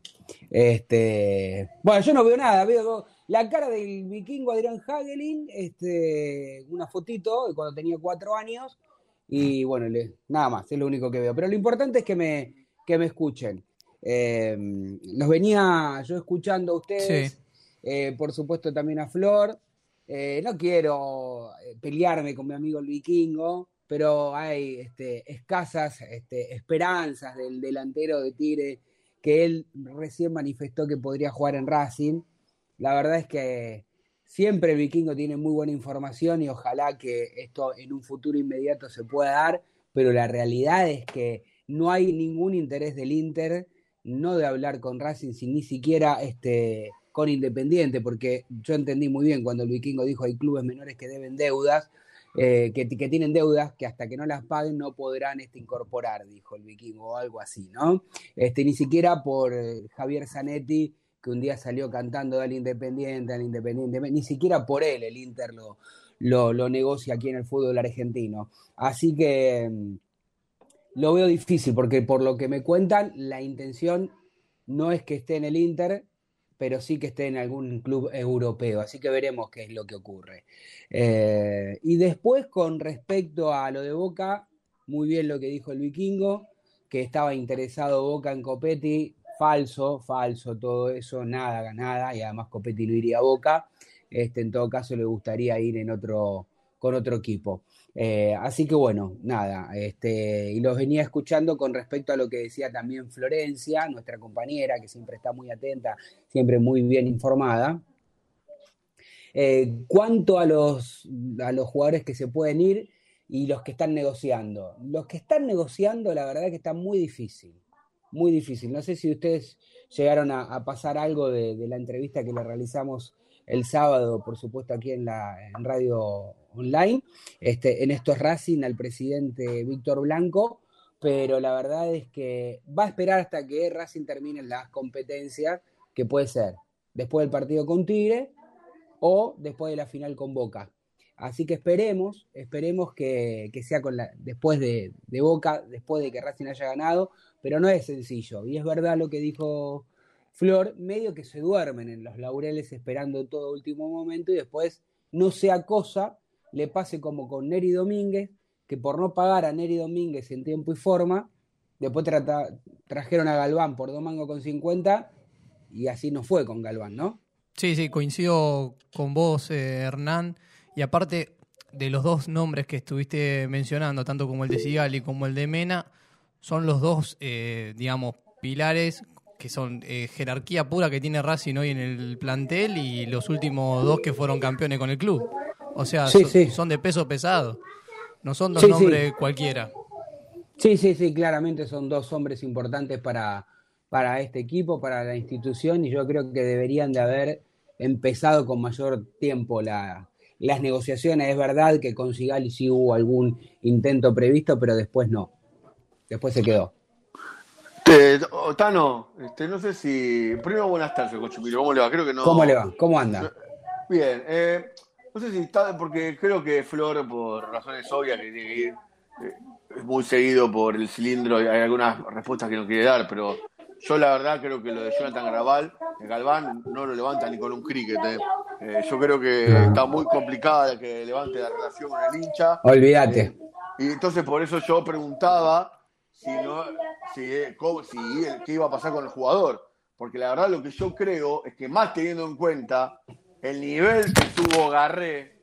Este, bueno, yo no veo nada, veo la cara del vikingo Adrián Hagelin, este, una fotito de cuando tenía cuatro años, y bueno, le, nada más, es lo único que veo. Pero lo importante es que me, que me escuchen. Eh, los venía yo escuchando a ustedes, Sí. eh, por supuesto también a Flor. Eh, no quiero pelearme con mi amigo el vikingo, pero hay este, escasas este, esperanzas del delantero de Tigre, que él recién manifestó que podría jugar en Racing. La verdad es que siempre el vikingo tiene muy buena información y ojalá que esto en un futuro inmediato se pueda dar, pero la realidad es que no hay ningún interés del Inter, no de hablar con Racing, sin ni siquiera este, con Independiente, porque yo entendí muy bien cuando el vikingo dijo hay clubes menores que deben deudas, eh, que, que tienen deudas que hasta que no las paguen no podrán este, incorporar, dijo el vikingo, o algo así, ¿no? Este, ni siquiera por eh, Javier Zanetti, que un día salió cantando al Independiente, al Independiente, ni siquiera por él el Inter lo, lo, lo negocia aquí en el fútbol argentino. Así que lo veo difícil, porque por lo que me cuentan, la intención no es que esté en el Inter, pero sí que esté en algún club europeo. Así que veremos qué es lo que ocurre. Eh, y después, con respecto a lo de Boca, muy bien lo que dijo el vikingo, que estaba interesado Boca en Copetti. Falso, falso todo eso, nada, nada, y además Copetti no iría a Boca. Este, en todo caso, le gustaría ir en otro, con otro equipo. Eh, así que bueno, nada, este, y los venía escuchando con respecto a lo que decía también Florencia, nuestra compañera, que siempre está muy atenta, siempre muy bien informada. Eh, cuanto a los, a los jugadores que se pueden ir y los que están negociando. Los que están negociando, la verdad es que está muy difícil, muy difícil. No sé si ustedes llegaron a, a pasar algo de, de la entrevista que le realizamos el sábado, por supuesto, aquí en la en Radio Online, este, en Esto es Racing, al presidente Víctor Blanco, pero la verdad es que va a esperar hasta que Racing termine las competencias, que puede ser después del partido con Tigre o después de la final con Boca. Así que esperemos, esperemos que, que sea con la, después de, de Boca, después de que Racing haya ganado, pero no es sencillo, y es verdad lo que dijo Flor, medio que se duermen en los laureles esperando todo último momento y después no sea cosa, le pase como con Neri Domínguez, que por no pagar a Neri Domínguez en tiempo y forma, después trata, trajeron a Galván por dos mangos con cincuenta y así no fue con Galván, ¿no? Sí, sí, coincido con vos, eh, Hernán, y aparte de los dos nombres que estuviste mencionando, tanto como el de Sigali como el de Mena, son los dos, eh, digamos, pilares que son eh, jerarquía pura que tiene Racing hoy en el plantel y los últimos dos que fueron campeones con el club. O sea, sí, son, sí. son de peso pesado, no son dos Sí, nombres sí. cualquiera. Sí, sí, sí, claramente son dos hombres importantes para, para este equipo, para la institución, y yo creo que deberían de haber empezado con mayor tiempo la, las negociaciones. Es verdad que con Sigali sí hubo algún intento previsto, pero después no. Después se quedó. Te, Tano, este, no sé si... Primero, buenas tardes, Cochimiro. ¿Cómo le va? Creo que no... ¿Cómo le va? ¿Cómo anda? Bien. Eh, no sé si está... Porque creo que Flor, por razones obvias, que tiene que ir eh, es muy seguido por el cilindro. Hay algunas respuestas que no quiere dar, pero yo la verdad creo que lo de Jonathan Garabal, de Galván, no lo levanta ni con un cricket. Eh. Eh, yo creo que está muy complicada que levante la relación con el hincha. Olvídate. Eh, y entonces por eso yo preguntaba si no, si, cómo, si qué iba a pasar con el jugador, porque la verdad lo que yo creo es que, más teniendo en cuenta el nivel que tuvo Garré,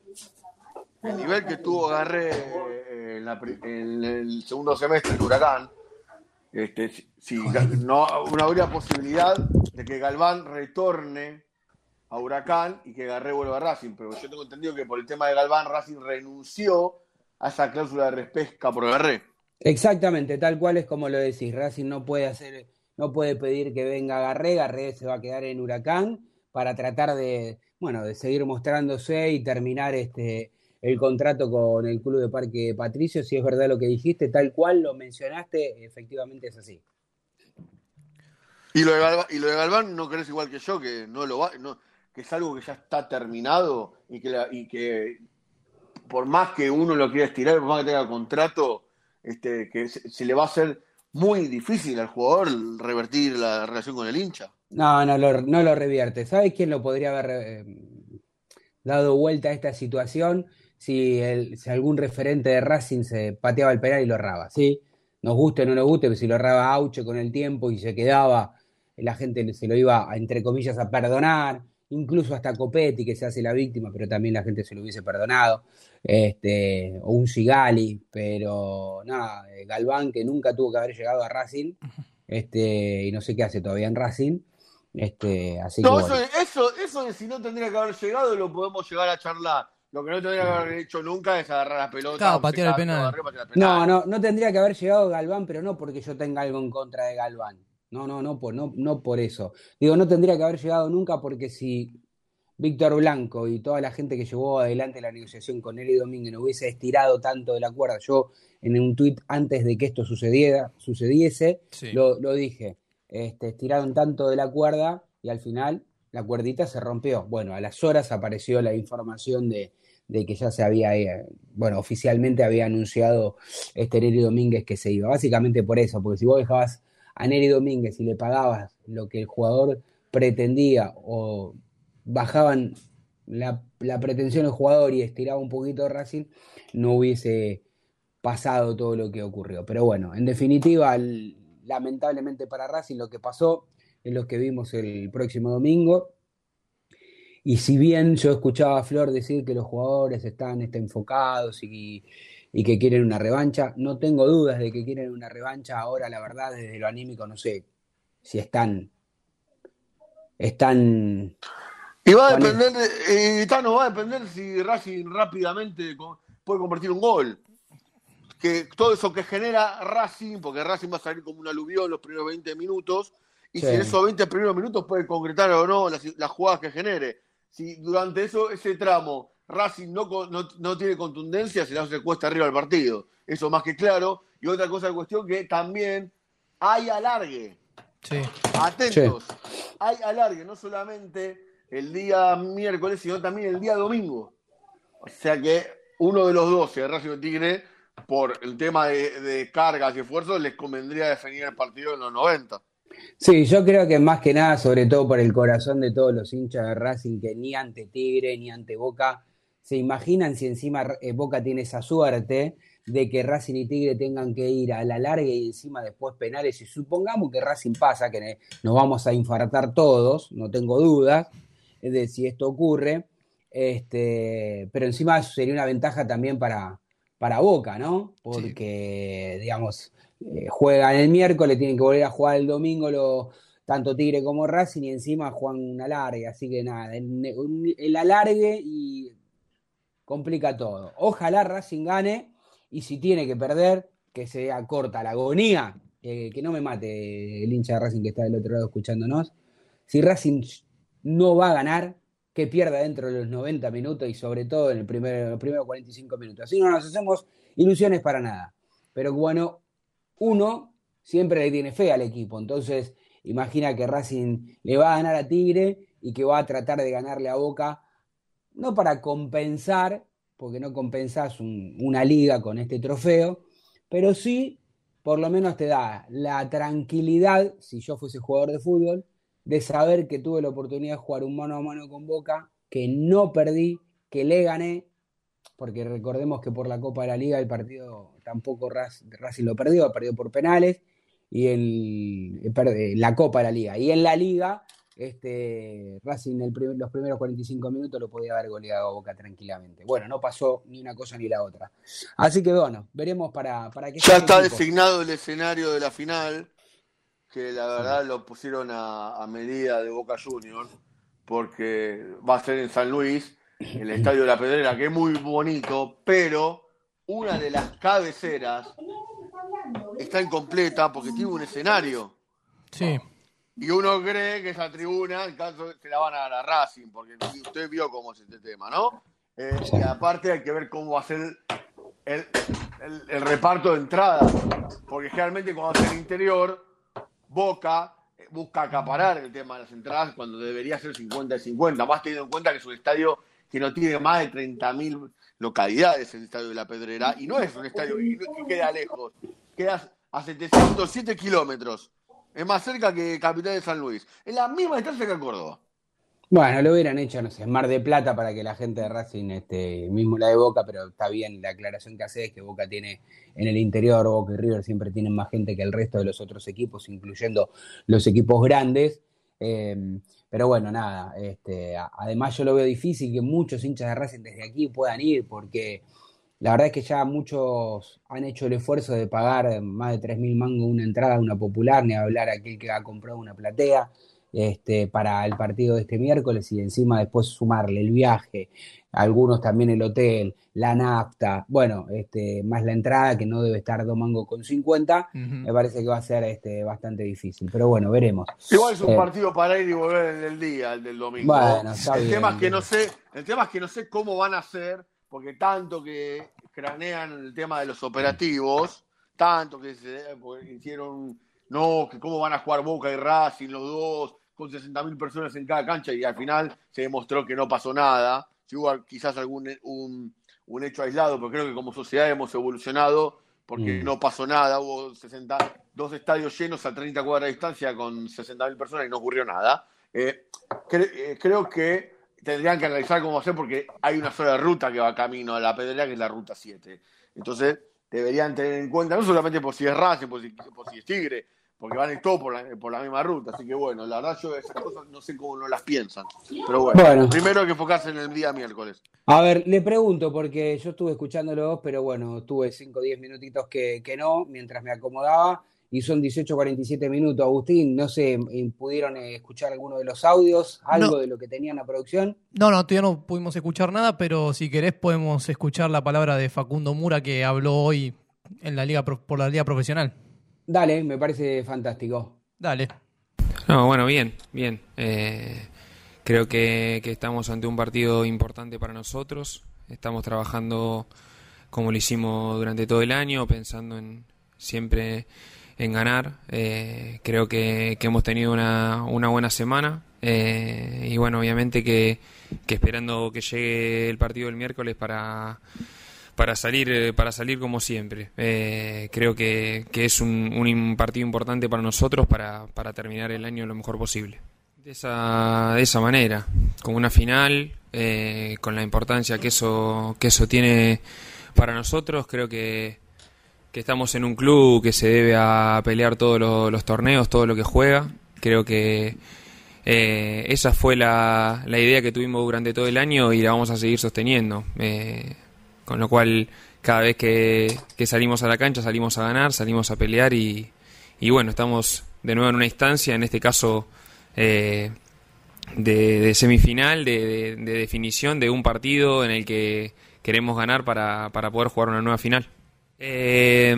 el nivel que tuvo Garré en, la, en el segundo semestre en Huracán, este, si, si no, no habría posibilidad de que Galván retorne a Huracán y que Garré vuelva a Racing, pero yo tengo entendido que por el tema de Galván Racing renunció a esa cláusula de repesca por Garré. Exactamente, tal cual es como lo decís. Racing no puede hacer, no puede pedir que venga Garré, Garré se va a quedar en Huracán para tratar de, bueno, de seguir mostrándose y terminar este, el contrato con el club de Parque Patricio. Si es verdad lo que dijiste, tal cual lo mencionaste, efectivamente es así. Y lo de Galván, y lo de Galván no crees igual que yo, que no lo va, no, que es algo que ya está terminado y que, la, y que por más que uno lo quiera estirar, por más que tenga contrato, este, que se, se le va a hacer muy difícil al jugador revertir la relación con el hincha. No, no lo, no lo revierte. ¿Sabes quién lo podría haber eh, dado vuelta a esta situación? Si, el, si algún referente de Racing se pateaba el penal y lo erraba, ¿sí? Nos guste o no nos guste, pero si lo erraba Auche con el tiempo y se quedaba, la gente se lo iba, a, entre comillas, a perdonar. Incluso hasta Copetti, que se hace la víctima, pero también la gente se lo hubiese perdonado, este, o un Sigali, pero nada, Galván, que nunca tuvo que haber llegado a Racing, este, y no sé qué hace todavía en Racing, este, así no, que eso, bueno. eso, eso de si no tendría que haber llegado, lo podemos llegar a charlar. Lo que no tendría que haber hecho nunca es agarrar la pelota. Claro, patear el penal. Agarrar, patear el penal. No, no, no tendría que haber llegado Galván, pero no porque yo tenga algo en contra de Galván. No, no, no, por, no, no por eso. Digo, no tendría que haber llegado nunca porque si Víctor Blanco y toda la gente que llevó adelante la negociación con Neri Domínguez no hubiese estirado tanto de la cuerda, yo en un tuit antes de que esto sucediera, sucediese, Sí. lo, lo dije, este, estiraron tanto de la cuerda y al final la cuerdita se rompió. Bueno, a las horas apareció la información de, de que ya se había, eh, bueno, oficialmente había anunciado este Neri Domínguez que se iba. Básicamente por eso, porque si vos dejabas a Neri Domínguez y le pagabas lo que el jugador pretendía o bajaban la, la pretensión del jugador y estiraba un poquito Racing, no hubiese pasado todo lo que ocurrió. Pero bueno, en definitiva, el, lamentablemente para Racing lo que pasó es lo que vimos el próximo domingo. Y si bien yo escuchaba a Flor decir que los jugadores están, están enfocados y, y que quieren una revancha, no tengo dudas de que quieren una revancha. Ahora, la verdad, desde lo anímico, no sé si están... están Y va a depender, de, eh, Tano, va a depender si Racing rápidamente puede convertir un gol. Que todo eso que genera Racing, porque Racing va a salir como un aluvión los primeros veinte minutos, y Sí. si en esos veinte primeros minutos puede concretar o no las, las jugadas que genere. Si durante eso ese tramo Racing no, no, no tiene contundencia, se le hace cuesta arriba al partido. Eso más que claro. Y otra cosa de cuestión que también hay alargue. Sí. Atentos. Sí. Hay alargue, no solamente el día miércoles, sino también el día domingo. O sea que uno de los dos, el Racing o Tigre, por el tema de, de cargas y esfuerzos, les convendría definir el partido en los noventa. Sí, yo creo que más que nada, sobre todo por el corazón de todos los hinchas de Racing, que ni ante Tigre ni ante Boca se imaginan si encima eh, Boca tiene esa suerte de que Racing y Tigre tengan que ir a la larga y encima después penales. Y supongamos que Racing pasa, que nos vamos a infartar todos, no tengo dudas de si esto ocurre, este, pero encima sería una ventaja también para, para Boca, ¿no? Porque, sí. digamos... Eh, juegan el miércoles, tienen que volver a jugar el domingo lo, tanto Tigre como Racing y encima juegan un alargue, así que nada, el, el alargue y complica todo. Ojalá Racing gane y si tiene que perder, que sea corta la agonía, eh, que no me mate el hincha de Racing que está del otro lado escuchándonos. Si Racing no va a ganar, que pierda dentro de los noventa minutos y sobre todo en el primer, los primeros cuarenta y cinco minutos. Así no nos hacemos ilusiones para nada. Pero bueno, uno siempre le tiene fe al equipo, entonces imagina que Racing le va a ganar a Tigre y que va a tratar de ganarle a Boca, no para compensar, porque no compensás un, una liga con este trofeo, pero sí, por lo menos te da la tranquilidad, si yo fuese jugador de fútbol, de saber que tuve la oportunidad de jugar un mano a mano con Boca, que no perdí, que le gané, porque recordemos que por la Copa de la Liga el partido tampoco Racing lo perdió, perdió por penales, y el, el, la Copa de la Liga. Y en la Liga, este, Racing el primer, los primeros cuarenta y cinco minutos lo podía haber goleado a Boca tranquilamente. Bueno, no pasó ni una cosa ni la otra. Así que bueno, veremos para, para qué... Ya está equipo. Designado el escenario de la final, que la verdad sí. Lo pusieron a, a medida de Boca Juniors, porque va a ser en San Luis, el Estadio de la Pedrera, que es muy bonito, pero una de las cabeceras está incompleta porque tiene un escenario. Sí. Y uno cree que esa tribuna, en caso, se la van a dar a Racing, porque usted vio cómo es este tema, ¿no? Eh, Sí. Y aparte hay que ver cómo va a ser el, el- el- el reparto de entradas, porque generalmente cuando es el interior, Boca eh, busca acaparar el tema de las entradas cuando debería ser cincuenta y cincuenta, más teniendo en cuenta que es un estadio que no tiene más de treinta mil localidades, el estadio de La Pedrera, y no es un estadio que, que queda lejos, queda a setecientos siete kilómetros, es más cerca que Capital de San Luis, es la misma distancia que Córdoba. Bueno, lo hubieran hecho, no sé, en Mar de Plata para que la gente de Racing, este, mismo la de Boca, pero está bien la aclaración que hace es que Boca tiene en el interior, Boca y River siempre tienen más gente que el resto de los otros equipos, incluyendo los equipos grandes. Eh, pero bueno, nada, este, a- además yo lo veo difícil que muchos hinchas de Racing desde aquí puedan ir, porque la verdad es que ya muchos han hecho el esfuerzo de pagar más de tres mil mangos una entrada a una popular, ni hablar aquel que ha comprado una platea este, para el partido de este miércoles y encima después sumarle el viaje, algunos también el hotel, la nafta, bueno, este, más la entrada que no debe estar dos mangos con cincuenta, Ujú. me parece que va a ser este, bastante difícil, pero bueno, veremos. Igual es un Eh, partido para ir y volver en el día, el del domingo. Bueno, está el bien, tema es que bien. no sé, el tema es que no sé cómo van a hacer, porque tanto que cranean el tema de los operativos, tanto que se porque hicieron, no, que cómo van a jugar Boca y Racing los dos, con sesenta mil personas en cada cancha, y al final se demostró que no pasó nada. Si hubo quizás algún un, un hecho aislado, pero creo que como sociedad hemos evolucionado porque Mm. no pasó nada, hubo sesenta, dos estadios llenos a treinta cuadras de distancia con sesenta mil personas y no ocurrió nada. Eh, cre- eh, creo que tendrían que analizar cómo hacer porque hay una sola ruta que va camino a La Pedrera, que es la ruta siete. Entonces deberían tener en cuenta, no solamente por si es Racing, por si, por si es Tigre, porque van en todo por la, por la misma ruta. Así que bueno, la verdad yo esas cosas no sé cómo no las piensan. Pero bueno, Bueno. primero hay que enfocarse en el día miércoles. A ver, le pregunto, porque yo estuve escuchándolo, pero bueno, tuve cinco o diez minutitos que, que no, mientras me acomodaba, y son dieciocho cuarenta y siete minutos. Agustín, no sé, ¿pudieron eh, escuchar alguno de los audios? ¿Algo No. de lo que tenían la producción? No, no, todavía no pudimos escuchar nada, pero si querés podemos escuchar la palabra de Facundo Mura que habló hoy en la liga pro- por la liga profesional. Dale, me parece fantástico. Dale. No, bueno, bien, bien. Eh, creo que, que estamos ante un partido importante para nosotros. Estamos trabajando como lo hicimos durante todo el año, pensando en siempre en ganar. Eh, creo que, que hemos tenido una, una buena semana. Eh, y bueno, obviamente que, que esperando que llegue el partido del miércoles para... para salir eh, para salir como siempre. Eh, creo que, que es un, un partido importante para nosotros para, para terminar el año lo mejor posible. De esa, de esa manera, con una final, eh, con la importancia que eso, que eso tiene para nosotros, creo que, que estamos en un club que se debe a pelear todos los, los torneos, todo lo que juega. Creo que eh, esa fue la, la idea que tuvimos durante todo el año y la vamos a seguir sosteniendo. Eh, Con lo cual, cada vez que, que salimos a la cancha, salimos a ganar, salimos a pelear y, y bueno, estamos de nuevo en una instancia, en este caso eh, de, de semifinal, de, de, de definición de un partido en el que queremos ganar para, para poder jugar una nueva final. Eh,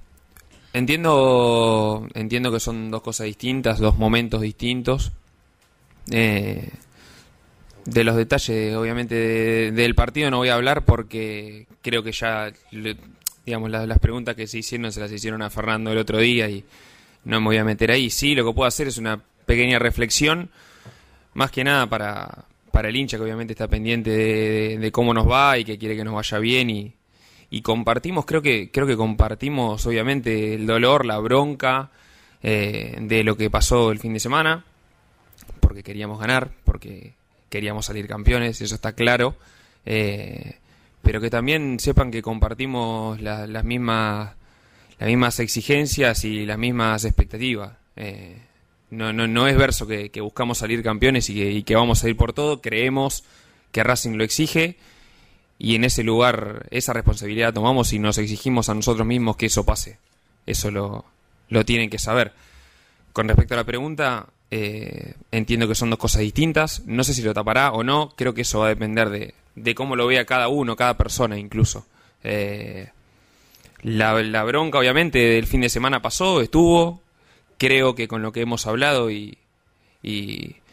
entiendo, entiendo que son dos cosas distintas, dos momentos distintos. Eh, De los detalles, obviamente, de, del partido no voy a hablar porque creo que ya, le, digamos, las, las preguntas que se hicieron se las hicieron a Fernando el otro día y no me voy a meter ahí. Sí, lo que puedo hacer es una pequeña reflexión, más que nada para, para el hincha que obviamente está pendiente de, de, de cómo nos va y que quiere que nos vaya bien y, y compartimos, creo que, creo que compartimos obviamente el dolor, la bronca eh, de lo que pasó el fin de semana, porque queríamos ganar, porque queríamos salir campeones, eso está claro, eh, pero que también sepan que compartimos la, las mismas las mismas exigencias y las mismas expectativas. Eh, no, no, no es verso que, que buscamos salir campeones y que, y que vamos a ir por todo, creemos que Racing lo exige y en ese lugar esa responsabilidad tomamos y nos exigimos a nosotros mismos que eso pase. Eso lo, lo tienen que saber. Con respecto a la pregunta, Eh, entiendo que son dos cosas distintas, no sé si lo tapará o no, creo que eso va a depender de, de cómo lo vea cada uno, cada persona incluso. Eh, la, la bronca obviamente del fin de semana pasó, estuvo, creo que con lo que hemos hablado y, y,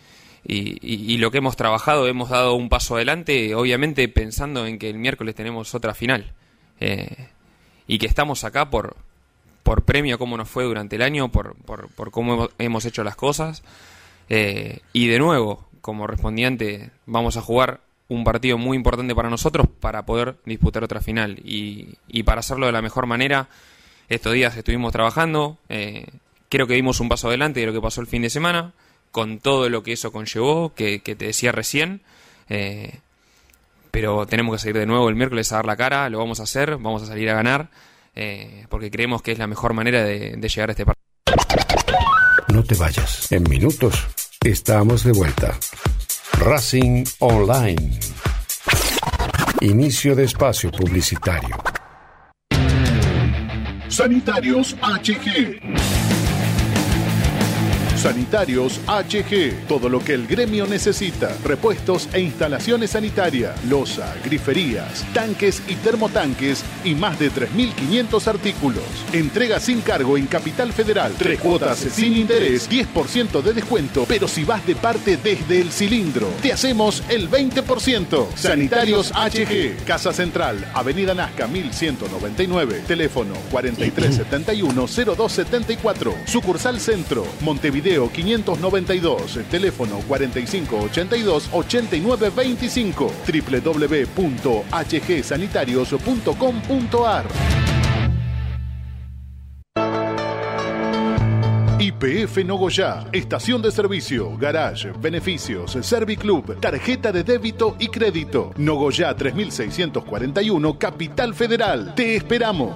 y, y, y lo que hemos trabajado, hemos dado un paso adelante, obviamente pensando en que el miércoles tenemos otra final. Eh, y que estamos acá por, por premio a cómo nos fue durante el año, por, por, por cómo hemos, hemos hecho las cosas. Eh, y de nuevo, como respondiente, vamos a jugar un partido muy importante para nosotros para poder disputar otra final. Y, y para hacerlo de la mejor manera, estos días estuvimos trabajando, eh, creo que dimos un paso adelante de lo que pasó el fin de semana, con todo lo que eso conllevó, que, que te decía recién, eh, pero tenemos que salir de nuevo el miércoles a dar la cara, lo vamos a hacer, vamos a salir a ganar, eh, porque creemos que es la mejor manera de, de llegar a este partido. No te vayas, en minutos estamos de vuelta. Racing Online. Inicio de espacio publicitario. Sanitarios H G. Sanitarios H G. Todo lo que el gremio necesita. Repuestos e instalaciones sanitarias. Loza, griferías, tanques y termotanques y más de tres mil quinientos artículos. Entrega sin cargo en Capital Federal. Tres cuotas sin interés, diez por ciento de descuento. Pero si vas de parte desde el cilindro, te hacemos el veinte por ciento. Sanitarios H G. Casa Central, Avenida Nazca mil ciento noventa y nueve. Teléfono cuarenta y tres setenta y uno cero dos setenta y cuatro. Sucursal Centro, Montevideo quinientos noventa y dos, teléfono cuarenta y cinco ochenta y dos ochenta y nueve veinticinco, doble u doble u doble u punto h g sanitarios punto com punto a r. Y P F Nogoyá, estación de servicio, garage, beneficios, Serviclub, tarjeta de débito y crédito. Nogoyá tres mil seiscientos cuarenta y uno, Capital Federal. Te esperamos.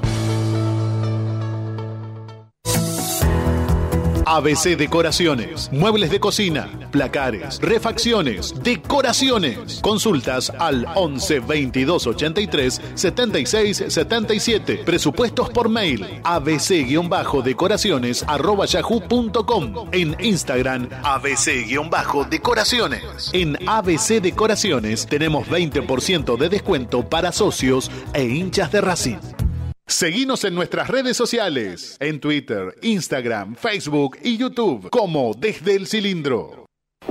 A B C Decoraciones, muebles de cocina, placares, refacciones, decoraciones. Consultas al once veintidós ochenta y tres setenta y seis setenta y siete. Presupuestos por mail abc-decoraciones arroba yahoo punto com. En Instagram abc-decoraciones. En A B C Decoraciones tenemos veinte por ciento de descuento para socios e hinchas de Racing. Seguinos en nuestras redes sociales, en Twitter, Instagram, Facebook y YouTube, como Desde el Cilindro.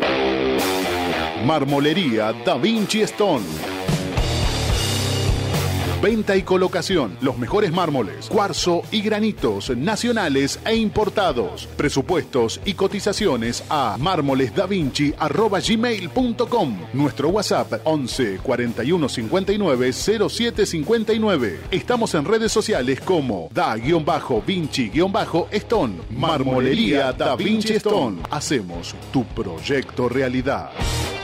Marmolería Da Vinci Stone. Venta y colocación, los mejores mármoles, cuarzo y granitos nacionales e importados. Presupuestos y cotizaciones a mármolesdavinci arroba gmail punto com. Nuestro WhatsApp once cuarenta y uno cincuenta y nueve cero siete cincuenta y nueve. Estamos en redes sociales como Da-Vinci-Stone. Marmolería Da Vinci Stone. Hacemos tu proyecto realidad.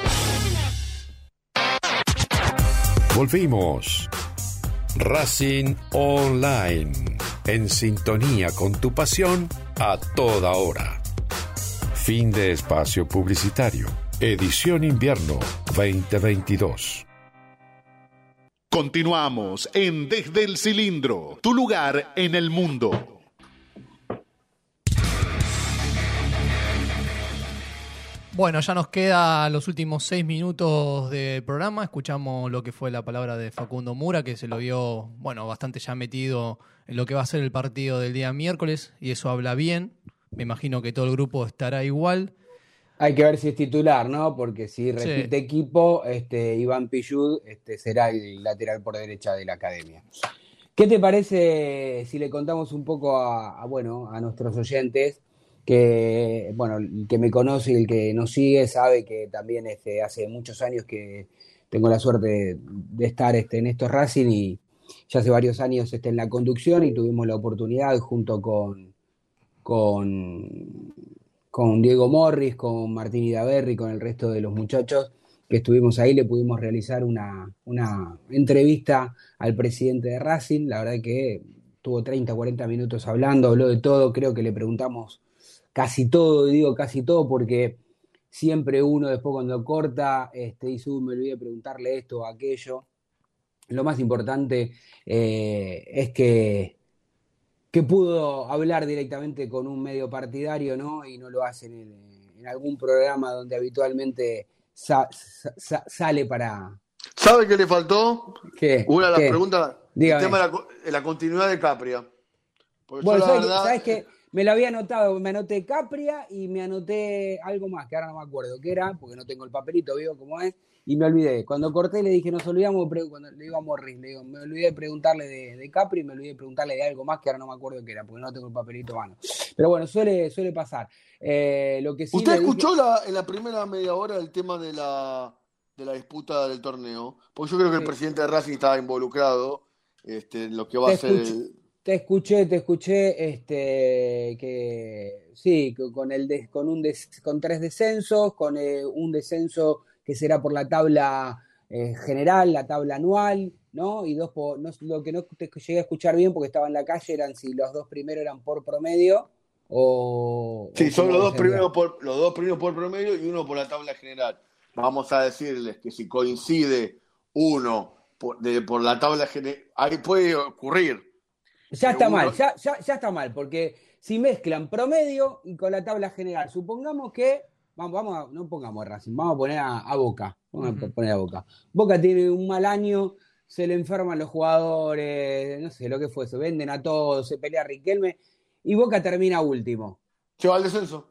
Volvimos. Racing Online, en sintonía con tu pasión a toda hora. Fin de espacio publicitario. Edición invierno veinte veintidós. Continuamos en Desde el Cilindro, tu lugar en el mundo. Bueno, ya nos queda los últimos seis minutos de programa. Escuchamos lo que fue la palabra de Facundo Mura, que se lo vio, bueno, bastante ya metido en lo que va a ser el partido del día miércoles, y eso habla bien. Me imagino que todo el grupo estará igual. Hay que ver si es titular, ¿no? Porque si repite sí. equipo, este, Iván Pillud este, será el lateral por derecha de la academia. ¿Qué te parece si le contamos un poco a, a bueno, a nuestros oyentes? Que, bueno, el que me conoce y el que nos sigue sabe que también este, hace muchos años que tengo la suerte de, de estar este, en estos Racing, y ya hace varios años este, en la conducción, y tuvimos la oportunidad junto con, con, con Diego Morris, con Martín Idaverri, con el resto de los muchachos que estuvimos ahí, le pudimos realizar una, una entrevista al presidente de Racing. La verdad que tuvo treinta, cuarenta minutos hablando, habló de todo, creo que le preguntamos casi todo, y digo casi todo porque siempre uno después cuando corta este, dice, uy, me olvidé de preguntarle esto o aquello. Lo más importante eh, es que, que pudo hablar directamente con un medio partidario, ¿no? Y no lo hace en, en algún programa donde habitualmente sa, sa, sale para... ¿Sabe qué le faltó? ¿Qué? Una de las ¿Qué? preguntas, Dígame. el tema de la, de la continuidad de Capria. Porque bueno, yo, la ¿sabes, verdad... ¿sabes qué? me lo había anotado, me anoté Capria y me anoté algo más, que ahora no me acuerdo qué era, porque no tengo el papelito, veo cómo es, y me olvidé. Cuando corté le dije, nos olvidamos, de cuando le digo a Morris, le digo, me olvidé de preguntarle de, de Capri, me olvidé de preguntarle de algo más, que ahora no me acuerdo qué era, porque no tengo el papelito a mano. Pero bueno, suele, suele pasar. Eh, lo que sí ¿Usted le dije- escuchó la, en la primera media hora el tema de la, de la disputa del torneo? Porque yo creo que el Sí. presidente de Racing estaba involucrado este, en lo que va Te a ser escuché, el... te escuché, te escuché, este, que sí, que con el des- con un des- con tres descensos, con eh, un descenso que será por la tabla eh, general, la tabla anual, ¿no? Y dos por, no, lo que no te llegué a escuchar bien porque estaba en la calle eran si los dos primeros eran por promedio o, Sí, o son cómo los dos, descendía. primeros por, los dos primeros por promedio y uno por la tabla general. Vamos a decirles que si coincide uno por, de, por la tabla general, ahí puede ocurrir. Ya que está uno- mal, ya, ya, ya está mal, porque si mezclan promedio y con la tabla general, supongamos que, vamos, vamos a, no pongamos a Racing, vamos a poner a, a Boca, vamos a Ujú. poner a Boca. Boca tiene un mal año, se le enferman los jugadores, no sé lo que fue, se venden a todos, se pelea Riquelme, y Boca termina último. Se va al descenso.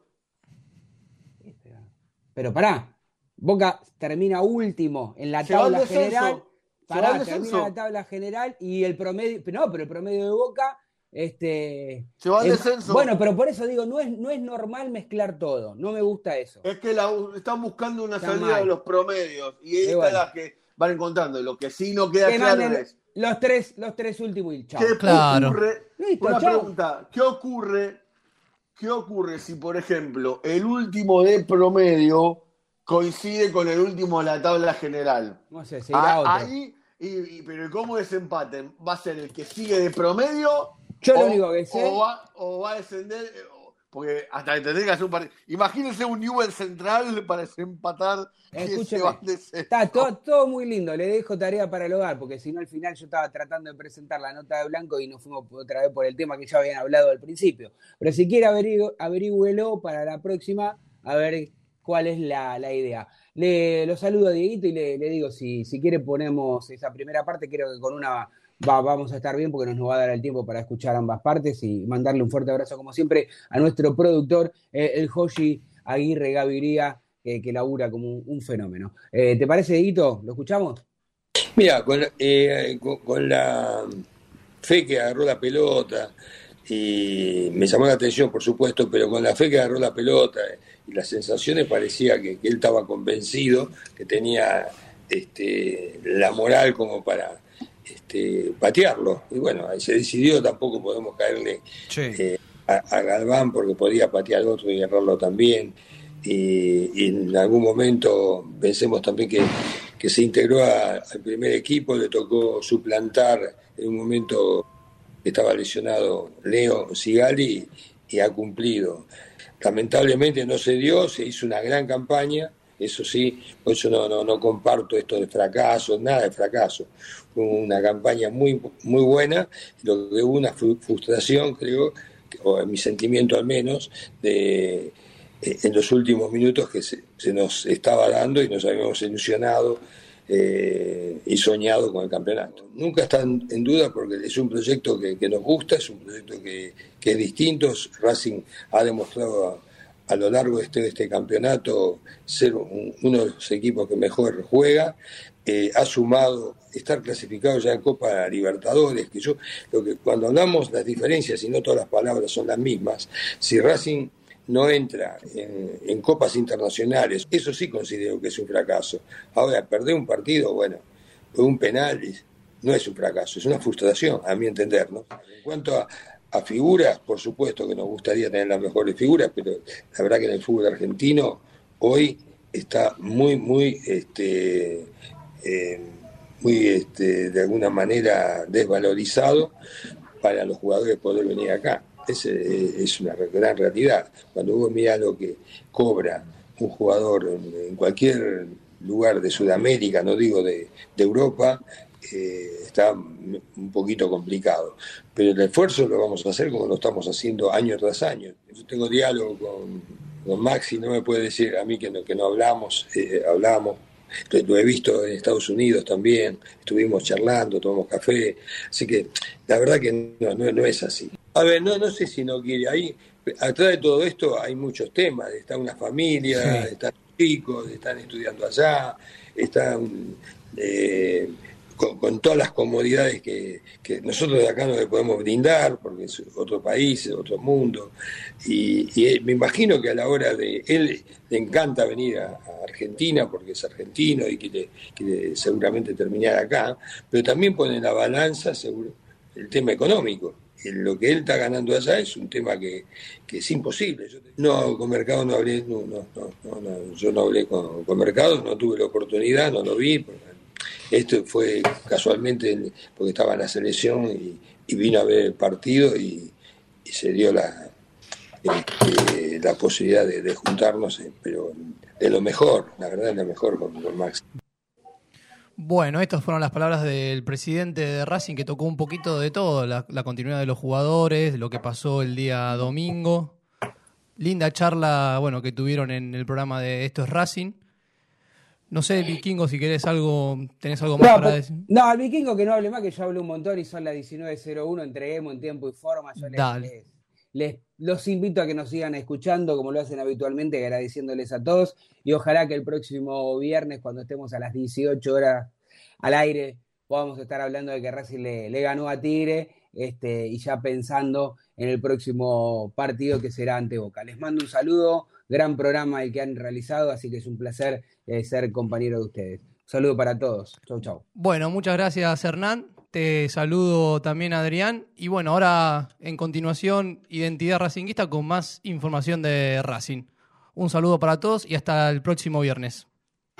Pero pará, Boca termina último en la Se va al tabla descenso. general. Se va Pará, al termina descenso. la tabla general y el promedio, pero no, pero el promedio de Boca, este. Se va al es- descenso. Bueno, pero por eso digo, no es, no es normal mezclar todo. No me gusta eso. Es que la, están buscando una Está salida mal. de los promedios y esta Y bueno. es la que van encontrando. Lo que sí no queda Que claro manden es los tres, los tres últimos y chao. ¿qué Claro. ocurre? Listo, Una chao. pregunta, ¿qué ocurre? ¿Qué ocurre si, por ejemplo, el último de promedio coincide con el último de la tabla general? No sé, se irá Ah, otro. ahí, y, y- pero ¿cómo desempaten? ¿Va a ser el que sigue de promedio? Yo lo o, único que sé- O va, o va a descender, eh, o- porque hasta que tendría que hacer un partido. Imagínense un Newell Central para desempatar que se Escúcheme, va al descenso. está todo, todo muy lindo, le dejo tarea para el hogar, porque si no al final yo estaba tratando de presentar la nota de Blanco y nos fuimos otra vez por el tema que ya habían hablado al principio. Pero si quiere averigu- averígüelo para la próxima, a ver cuál es la, la idea. Le lo saludo a Dieguito y le, le digo, si, si quiere ponemos esa primera parte, creo que con una va- vamos a estar bien porque nos, nos va a dar el tiempo para escuchar ambas partes y mandarle un fuerte abrazo como siempre a nuestro productor, eh, el Joshi Aguirre Gaviria, que, que labura como un, un fenómeno. Eh, ¿Te parece, Dieguito? ¿Lo escuchamos? Mira, con, eh, con, con la fe que agarró la pelota, y me llamó la atención, por supuesto, pero con la fe que agarró la pelota y las sensaciones parecía que, que él estaba convencido, que tenía este, la moral como para este, patearlo. Y bueno, ahí se decidió, tampoco podemos caerle Sí. eh, a, a Galván porque podía patear al otro y errarlo también. Y, y en algún momento pensemos también que, que se integró a- al primer equipo, le tocó suplantar en un momento que estaba lesionado Leo Sigali y ha cumplido. Lamentablemente no se dio, se hizo una gran campaña, eso sí, por eso no, no, no comparto esto de fracaso, nada de fracaso. Fue una campaña muy, muy buena, lo que hubo una fru- frustración, creo, o en mi sentimiento al menos, de eh, en los últimos minutos que se, se nos estaba dando y nos habíamos ilusionado eh, y soñado con el campeonato. Nunca está en, en duda porque es un proyecto que, que nos gusta, es un proyecto que, que es distinto. Racing ha demostrado a, a lo largo de este, de este campeonato ser un- uno de los equipos que mejor juega. Eh, ha sumado estar clasificado ya en Copa Libertadores, que yo, lo que cuando hablamos las diferencias y no todas las palabras son las mismas, si Racing no entra en, en copas internacionales, eso sí considero que es un fracaso. Ahora, perder un partido, bueno, por un penal no es un fracaso, es una frustración, a mi entender, ¿no? En cuanto a, a figuras, por supuesto que nos gustaría tener las mejores figuras, pero la verdad que en el fútbol argentino hoy está muy, muy, este, eh, muy, este, de alguna manera desvalorizado para los jugadores poder venir acá. Es, es una gran realidad. Cuando vos mirás lo que cobra un jugador en, en cualquier lugar de Sudamérica, no digo de, de Europa, eh, está un poquito complicado. Pero el esfuerzo lo vamos a hacer como lo estamos haciendo año tras año. Yo tengo diálogo con, con Maxi, no me puede decir a mí que no, que no hablamos, eh, hablamos. Lo, lo he visto en Estados Unidos también, estuvimos charlando, tomamos café, así que la verdad que no, no, no es así. A ver, no, no sé si no quiere. Ahí, atrás de todo esto hay muchos temas. Está una familia, sí. Están chicos, están estudiando allá, están eh, con, con todas las comodidades que, que nosotros de acá no le podemos brindar, porque es otro país, es otro mundo. Y, y me imagino que a la hora de... Él le encanta venir a, a Argentina, porque es argentino y quiere, quiere seguramente terminar acá, pero también pone en la balanza seguro, el tema económico. Lo que él está ganando allá es un tema que, que es imposible. Yo, no, con Mercado no hablé, no, no, no, no, no yo no hablé con, con Mercado, no tuve la oportunidad, no lo vi. Esto fue casualmente porque estaba en la selección y, y vino a ver el partido y, y se dio la, este, la posibilidad de, de juntarnos, pero de lo mejor, la verdad, de lo mejor con, con Max. Bueno, estas fueron las palabras del presidente de Racing, que tocó un poquito de todo, la, la continuidad de los jugadores, lo que pasó el día domingo. Linda charla, bueno, que tuvieron en el programa de Esto es Racing. No sé, Vikingo, si querés algo, tenés algo más no, para pues, decir. No, al Vikingo que no hable más, que yo hablé un montón y son las diecinueve cero uno, entreguemos en tiempo y forma. Yo les, les, les los invito a que nos sigan escuchando como lo hacen habitualmente, agradeciéndoles a todos, y ojalá que el próximo viernes, cuando estemos a las dieciocho horas al aire, podamos estar hablando de que Racing le, le ganó a Tigre, este, y ya pensando en el próximo partido que será ante Boca. Les mando un saludo, gran programa el que han realizado, así que es un placer eh, ser compañero de ustedes. Un saludo para todos. Chau, chau. Bueno, muchas gracias, Hernán. Te saludo también, Adrián. Y bueno, ahora en continuación, Identidad Racinguista con más información de Racing. Un saludo para todos y hasta el próximo viernes.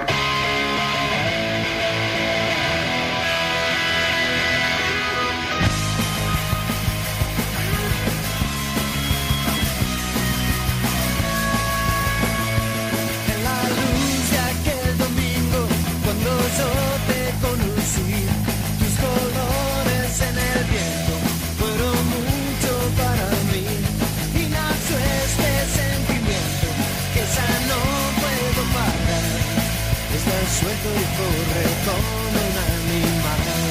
Suelto y corre como un animal.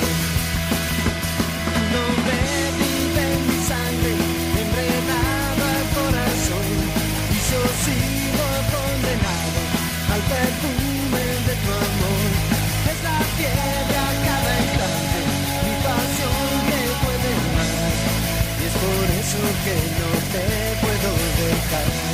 No me vive en mi sangre, enredado al corazón, y yo sigo condenado al perfume de tu amor. Es la fiebre a cada instante, mi pasión que puede más, y es por eso que no te puedo dejar.